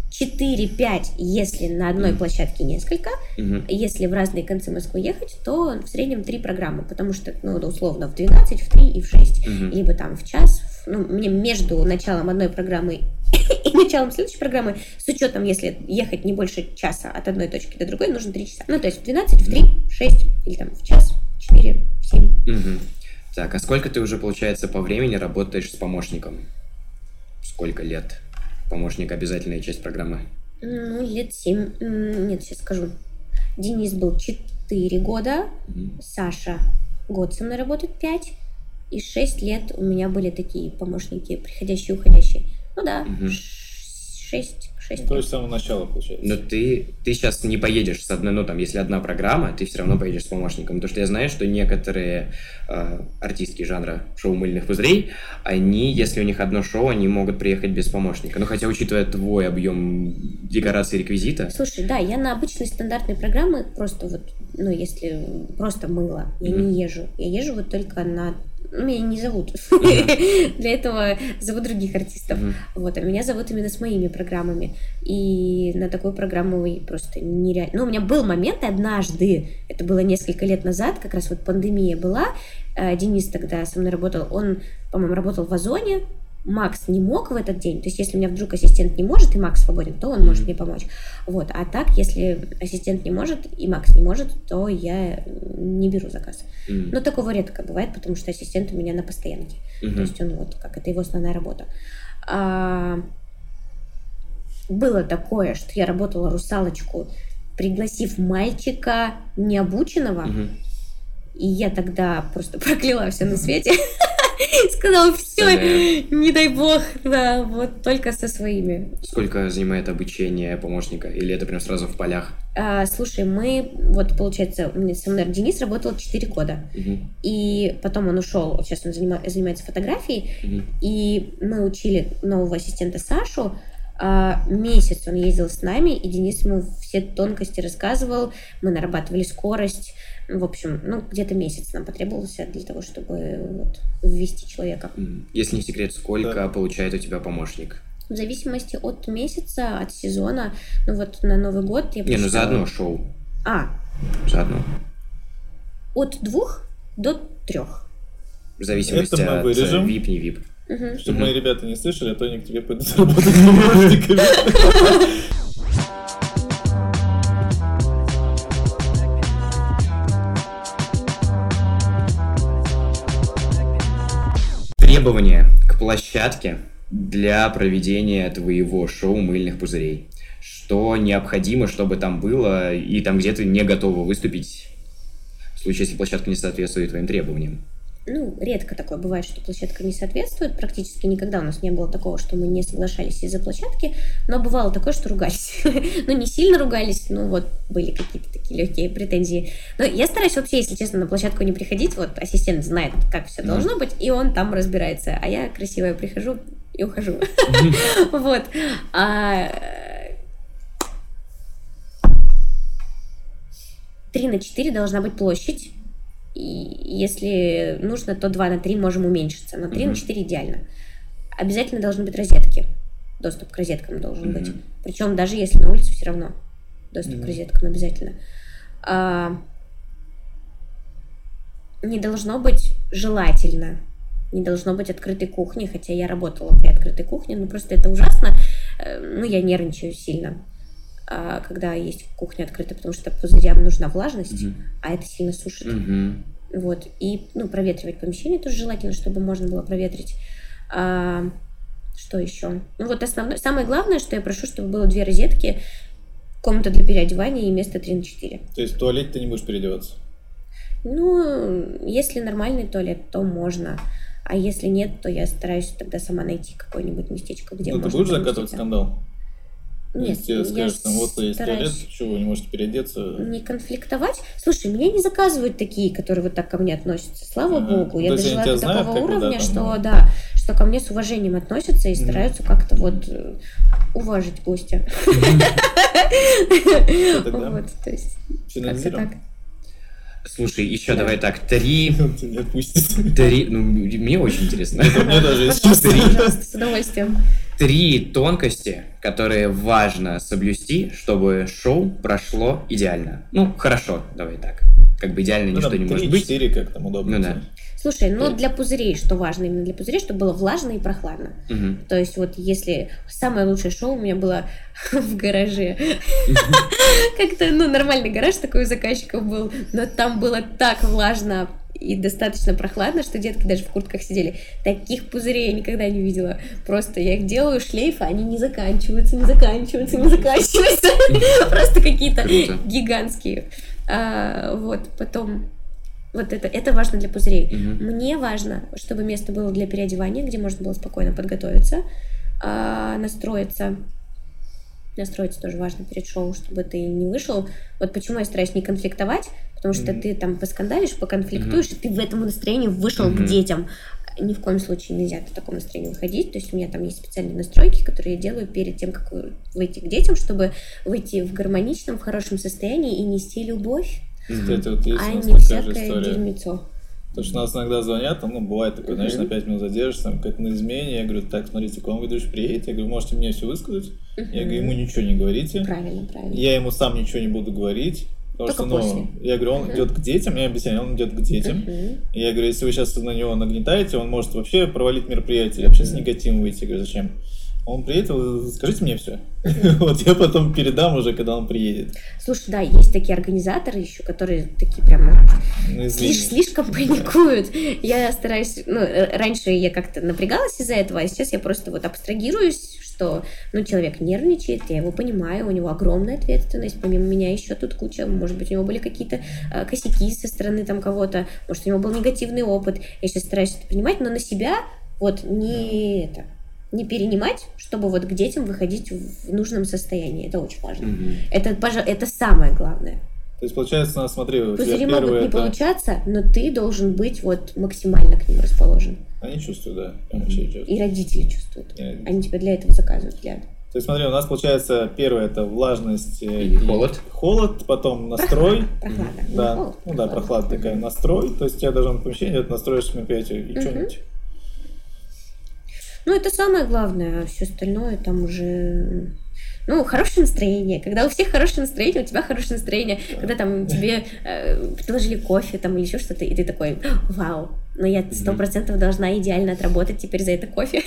Speaker 2: четыре-пять, если на одной площадке несколько.
Speaker 3: Мгм.
Speaker 2: Если в разные концы Москвы ехать, то в среднем три программы, потому что, ну, условно, в двенадцать, в три и в шесть.
Speaker 3: Мгм.
Speaker 2: Либо там в час. в- Ну, мне между началом одной программы и началом следующей программы, с учетом, если ехать не больше часа от одной точки до другой, нужно три часа. Ну, то есть в двенадцать, в три, в шесть, или там в час, в четыре, в семь.
Speaker 3: Мгм. Так, а сколько ты уже, получается, по времени работаешь с помощником? Сколько лет? Помощник — обязательная часть программы.
Speaker 2: Ну, лет семь. М, Нет, сейчас скажу. Денис был четыре года,
Speaker 3: Мгм.
Speaker 2: Саша год со мной работает пять, и шесть лет у меня были такие помощники, приходящие и уходящие. Ну да,
Speaker 3: Мгм.
Speaker 2: шесть, шесть
Speaker 1: То
Speaker 2: лет.
Speaker 1: есть с самого начала, получается.
Speaker 3: Но ты, ты сейчас не поедешь с одной, ну там, если одна программа, ты все равно поедешь с помощником. Потому что я знаю, что некоторые э, артистки жанра шоу «Мыльных пузырей», они, если у них одно шоу, они могут приехать без помощника. Ну, хотя, учитывая твой объем декорации и реквизита...
Speaker 2: Слушай, да, я на обычной стандартной программы просто вот, ну, если просто мыло, я
Speaker 3: Мгм.
Speaker 2: не езжу. Я езжу вот только на... Ну, меня не зовут. Для этого зовут других артистов.
Speaker 3: Мгм.
Speaker 2: Вот, а меня зовут именно с моими программами. И на такую программу и просто нереально... Ну, у меня был момент однажды, это было несколько лет назад, как раз вот пандемия была, э, Денис тогда со мной работал, он, по-моему, работал в Озоне, Макс не мог в этот день, то есть если у меня вдруг ассистент не может, и Макс свободен, то он может мне помочь. Вот, а так, если ассистент не может, и Макс не может, то я не беру заказ.
Speaker 3: Мгм.
Speaker 2: Но такого редко бывает, потому что ассистент у меня на постоянке.
Speaker 3: Мгм.
Speaker 2: То есть он вот, как это его основная работа. А, Было такое, что я работала русалочку, пригласив мальчика необученного,
Speaker 3: Мгм.
Speaker 2: и я тогда просто прокляла все на свете. Сказала, все,
Speaker 3: Представляю.
Speaker 2: не дай бог, да, вот только со своими.
Speaker 3: Сколько занимает обучение помощника? Или это прям сразу в полях?
Speaker 2: А, слушай, мы, вот получается, у меня со мной Денис работал четыре года,
Speaker 3: Мгм.
Speaker 2: и потом он ушел, вот сейчас он занима- занимается фотографией,
Speaker 3: Мгм.
Speaker 2: и мы учили нового ассистента Сашу. А, месяц он ездил с нами, и Денис ему все тонкости рассказывал, мы нарабатывали скорость. В общем, ну, где-то месяц нам потребовался для того, чтобы вот, ввести человека.
Speaker 3: Мгм. Если не секрет, сколько
Speaker 1: Да.
Speaker 3: получает у тебя помощник?
Speaker 2: В зависимости от месяца, от сезона. Ну вот на Новый год я
Speaker 3: Не, ну за
Speaker 2: посчитала-
Speaker 3: одно шоу.
Speaker 2: А,
Speaker 3: За одно.
Speaker 2: от двух до трех.
Speaker 3: В зависимости
Speaker 1: Это мы
Speaker 3: от
Speaker 1: вырежем.
Speaker 3: вип, не вип.
Speaker 2: Мгм.
Speaker 1: Чтобы
Speaker 3: Мгм.
Speaker 1: мои ребята не слышали, а то они к тебе пойдут работать с помощниками.
Speaker 3: Требования к площадке для проведения твоего шоу «Мыльных пузырей». Что необходимо, чтобы там было, и там где ты не готова выступить, в случае, если площадка не соответствует твоим требованиям?
Speaker 2: Ну, редко такое бывает, что площадка не соответствует. Практически никогда у нас не было такого, что мы не соглашались из-за площадки. Но бывало такое, что ругались. Ну, не сильно ругались, но вот были какие-то такие легкие претензии. Но я стараюсь вообще, если честно, на площадку не приходить. Вот ассистент знает, как все должно быть, и он там разбирается. А я красивая прихожу и ухожу. Вот. А, три на четыре должна быть площадь. И если нужно, то два на три можем уменьшиться. Но три на четыре идеально. Обязательно должны быть розетки. Доступ к розеткам должен быть.
Speaker 3: Мгм.
Speaker 2: Причем даже если на улице, все равно доступ
Speaker 1: Мгм.
Speaker 2: к розеткам обязательно. А, не должно быть желательно. Не должно быть открытой кухни, хотя я работала при открытой кухне, но просто это ужасно. Э, Ну, я нервничаю сильно, а, когда есть кухня открыта, потому что пузырям нужна влажность,
Speaker 3: Мгм.
Speaker 2: а это сильно сушит.
Speaker 3: Мгм.
Speaker 2: Вот. И, ну, проветривать помещение тоже желательно, чтобы можно было проветрить. А, что еще? Ну, вот основное, самое главное, что я прошу, чтобы было две розетки, комната для переодевания и место три на четыре.
Speaker 1: То есть в туалете ты не будешь переодеваться?
Speaker 2: Ну, если нормальный туалет, то можно. А если нет, то я стараюсь тогда сама найти какое-нибудь местечко, где
Speaker 1: Ну, ты
Speaker 2: можно
Speaker 1: будешь
Speaker 2: поместиться.
Speaker 1: закатывать скандал?
Speaker 2: Нет,
Speaker 1: Если тебе
Speaker 2: я
Speaker 1: скажешь, там, вот есть туалет,
Speaker 2: стараюсь
Speaker 1: чего вы не можете переодеться?
Speaker 2: не конфликтовать. Слушай, меня не заказывают такие, которые вот так ко мне относятся. Слава
Speaker 1: Ага.
Speaker 2: богу. Я
Speaker 1: То есть
Speaker 2: дожила
Speaker 1: они
Speaker 2: до
Speaker 1: тебя знают,
Speaker 2: такого
Speaker 1: как бы, да,
Speaker 2: уровня,
Speaker 1: там,
Speaker 2: что
Speaker 1: ну.
Speaker 2: да, что ко мне с уважением относятся и
Speaker 1: Мгм.
Speaker 2: стараются как-то вот э, уважить гостя.
Speaker 1: тогда?
Speaker 2: Вот, то есть как-то
Speaker 1: Финализируем?
Speaker 2: так.
Speaker 3: Слушай, еще
Speaker 2: Да.
Speaker 3: давай так, три...
Speaker 1: Он тебя не отпустит.
Speaker 3: три... Ну, мне очень интересно.
Speaker 1: Это мне даже, если честно.
Speaker 2: Пожалуйста, с удовольствием.
Speaker 3: три тонкости, которые важно соблюсти, чтобы шоу прошло идеально. Ну, хорошо, давай так. Как бы идеально
Speaker 1: ну,
Speaker 3: ничто
Speaker 1: там,
Speaker 3: не может быть.
Speaker 1: три-четыре, как там удобно.
Speaker 3: Ну да.
Speaker 2: Слушай, ну для пузырей, что важно именно для пузырей, чтобы было влажно и прохладно.
Speaker 3: Угу.
Speaker 2: То есть вот если самое лучшее шоу у меня было в гараже. Как-то, ну, нормальный гараж такой у заказчиков был, но там было так влажно и достаточно прохладно, что детки даже в куртках сидели. Таких пузырей я никогда не видела. Просто я их делаю, шлейф, а они не заканчиваются, не заканчиваются, не заканчиваются. Просто какие-то гигантские. Вот, потом... Вот это, это важно для пузырей. Uh-huh. Мне важно, чтобы место было для переодевания, где можно было спокойно подготовиться, а, настроиться. Настроиться тоже важно перед шоу, чтобы ты не вышел. Вот почему я стараюсь не конфликтовать, потому что uh-huh. ты там поскандалишь, поконфликтуешь, uh-huh. и ты в этом настроении вышел uh-huh. к детям. Ни в коем случае нельзя в таком настроении выходить. То есть у меня там есть специальные настройки, которые я делаю перед тем, как выйти к детям, чтобы выйти в гармоничном, в хорошем состоянии и нести любовь.
Speaker 1: Кстати, вот есть
Speaker 2: а
Speaker 1: у нас
Speaker 2: не
Speaker 1: такая же
Speaker 2: всякое
Speaker 1: история.
Speaker 2: дерьмецо.
Speaker 1: Потому что нас иногда звонят, там, ну, бывает такое, знаешь, uh-huh. на пять минут задержишься, там, какая-то на измене, я говорю, так, смотрите, к вам ведущий приедет, я говорю, можете мне все высказать, uh-huh. я говорю, ему ничего не говорите.
Speaker 2: Правильно, правильно.
Speaker 1: Я ему сам ничего не буду говорить, потому
Speaker 2: только
Speaker 1: что, ну,
Speaker 2: после.
Speaker 1: я говорю, он uh-huh. идет к детям, я объясняю, он идет к детям, uh-huh. и я говорю, если вы сейчас на него нагнетаете, он может вообще провалить мероприятие, вообще uh-huh. с негативом выйти, я говорю, зачем? Он приедет, скажите мне все. Вот я потом передам уже, когда он приедет.
Speaker 2: Слушай, да, есть такие организаторы еще, которые такие прям слиш- слишком паникуют. Я стараюсь, ну, раньше я как-то напрягалась из-за этого, а сейчас я просто вот абстрагируюсь, что, ну, человек нервничает, я его понимаю, у него огромная ответственность, помимо меня еще тут куча, может быть, у него были какие-то э, косяки со стороны там кого-то, может, у него был негативный опыт. Я сейчас стараюсь это принимать, но на себя вот не это... не перенимать, чтобы вот к детям выходить в нужном состоянии. Это очень важно. Mm-hmm. Это, пожалуй, это самое главное.
Speaker 1: То есть, получается, ну, смотри, у
Speaker 2: пузыри
Speaker 1: тебя
Speaker 2: могут не
Speaker 1: это...
Speaker 2: получаться, но ты должен быть вот максимально к ним расположен.
Speaker 1: Они чувствуют, да. Mm-hmm.
Speaker 2: И родители чувствуют.
Speaker 1: И родители.
Speaker 2: Они тебя для этого заказывают взгляд.
Speaker 1: То есть, смотри, у нас получается первое это влажность
Speaker 3: и холод.
Speaker 1: Холод, потом настрой.
Speaker 2: Прохлада.
Speaker 1: Да.
Speaker 2: Не холод,
Speaker 1: ну да, прохлада такая. Настрой. То есть, у тебя должен в помещении, ты настроишь к мероприятию и mm-hmm. что-нибудь.
Speaker 2: Ну, это самое главное, а все остальное там уже... Ну, хорошее настроение. Когда у всех хорошее настроение, у тебя хорошее настроение. Когда там тебе э, предложили кофе там, или еще что-то, и ты такой, вау, но я сто процентов должна идеально отработать теперь за это кофе.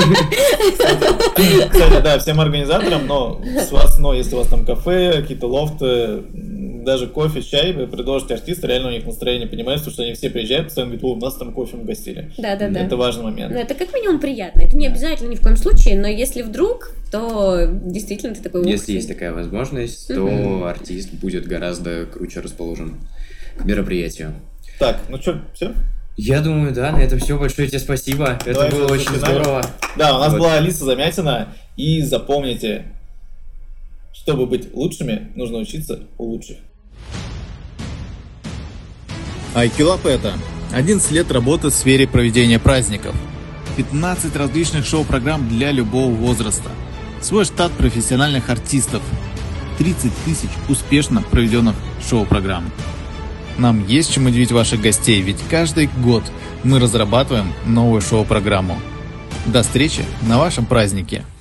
Speaker 1: Кстати, да, всем организаторам, но с вас, но если у вас там кафе, какие-то лофты, даже кофе, чай, вы предложите артисту, реально у них настроение поднимается, потому что они все приезжают, постоянно говорят, о, у нас там кофе мы гостили.
Speaker 2: Да, да, да.
Speaker 1: Это важный момент.
Speaker 2: Ну, это как минимум приятно. Это не обязательно ни в коем случае, но если вдруг, то действительно ты такой...
Speaker 3: Если есть такая возможность, то mm-hmm. артист будет гораздо круче расположен к мероприятию.
Speaker 1: Так, ну что, все?
Speaker 3: Я думаю, да, на этом все. Большое тебе спасибо. Это Давай было очень здорово.
Speaker 1: Да, у нас вот. была Алиса Замятина. И запомните, чтобы быть лучшими, нужно учиться у лучших.
Speaker 7: Айкилаб это одиннадцать лет работы в сфере проведения праздников. пятнадцать различных шоу-программ для любого возраста. Свой штат профессиональных артистов. тридцать тысяч успешно проведенных шоу-программ. Нам есть чем удивить ваших гостей, ведь каждый год мы разрабатываем новую шоу-программу. До встречи на вашем празднике!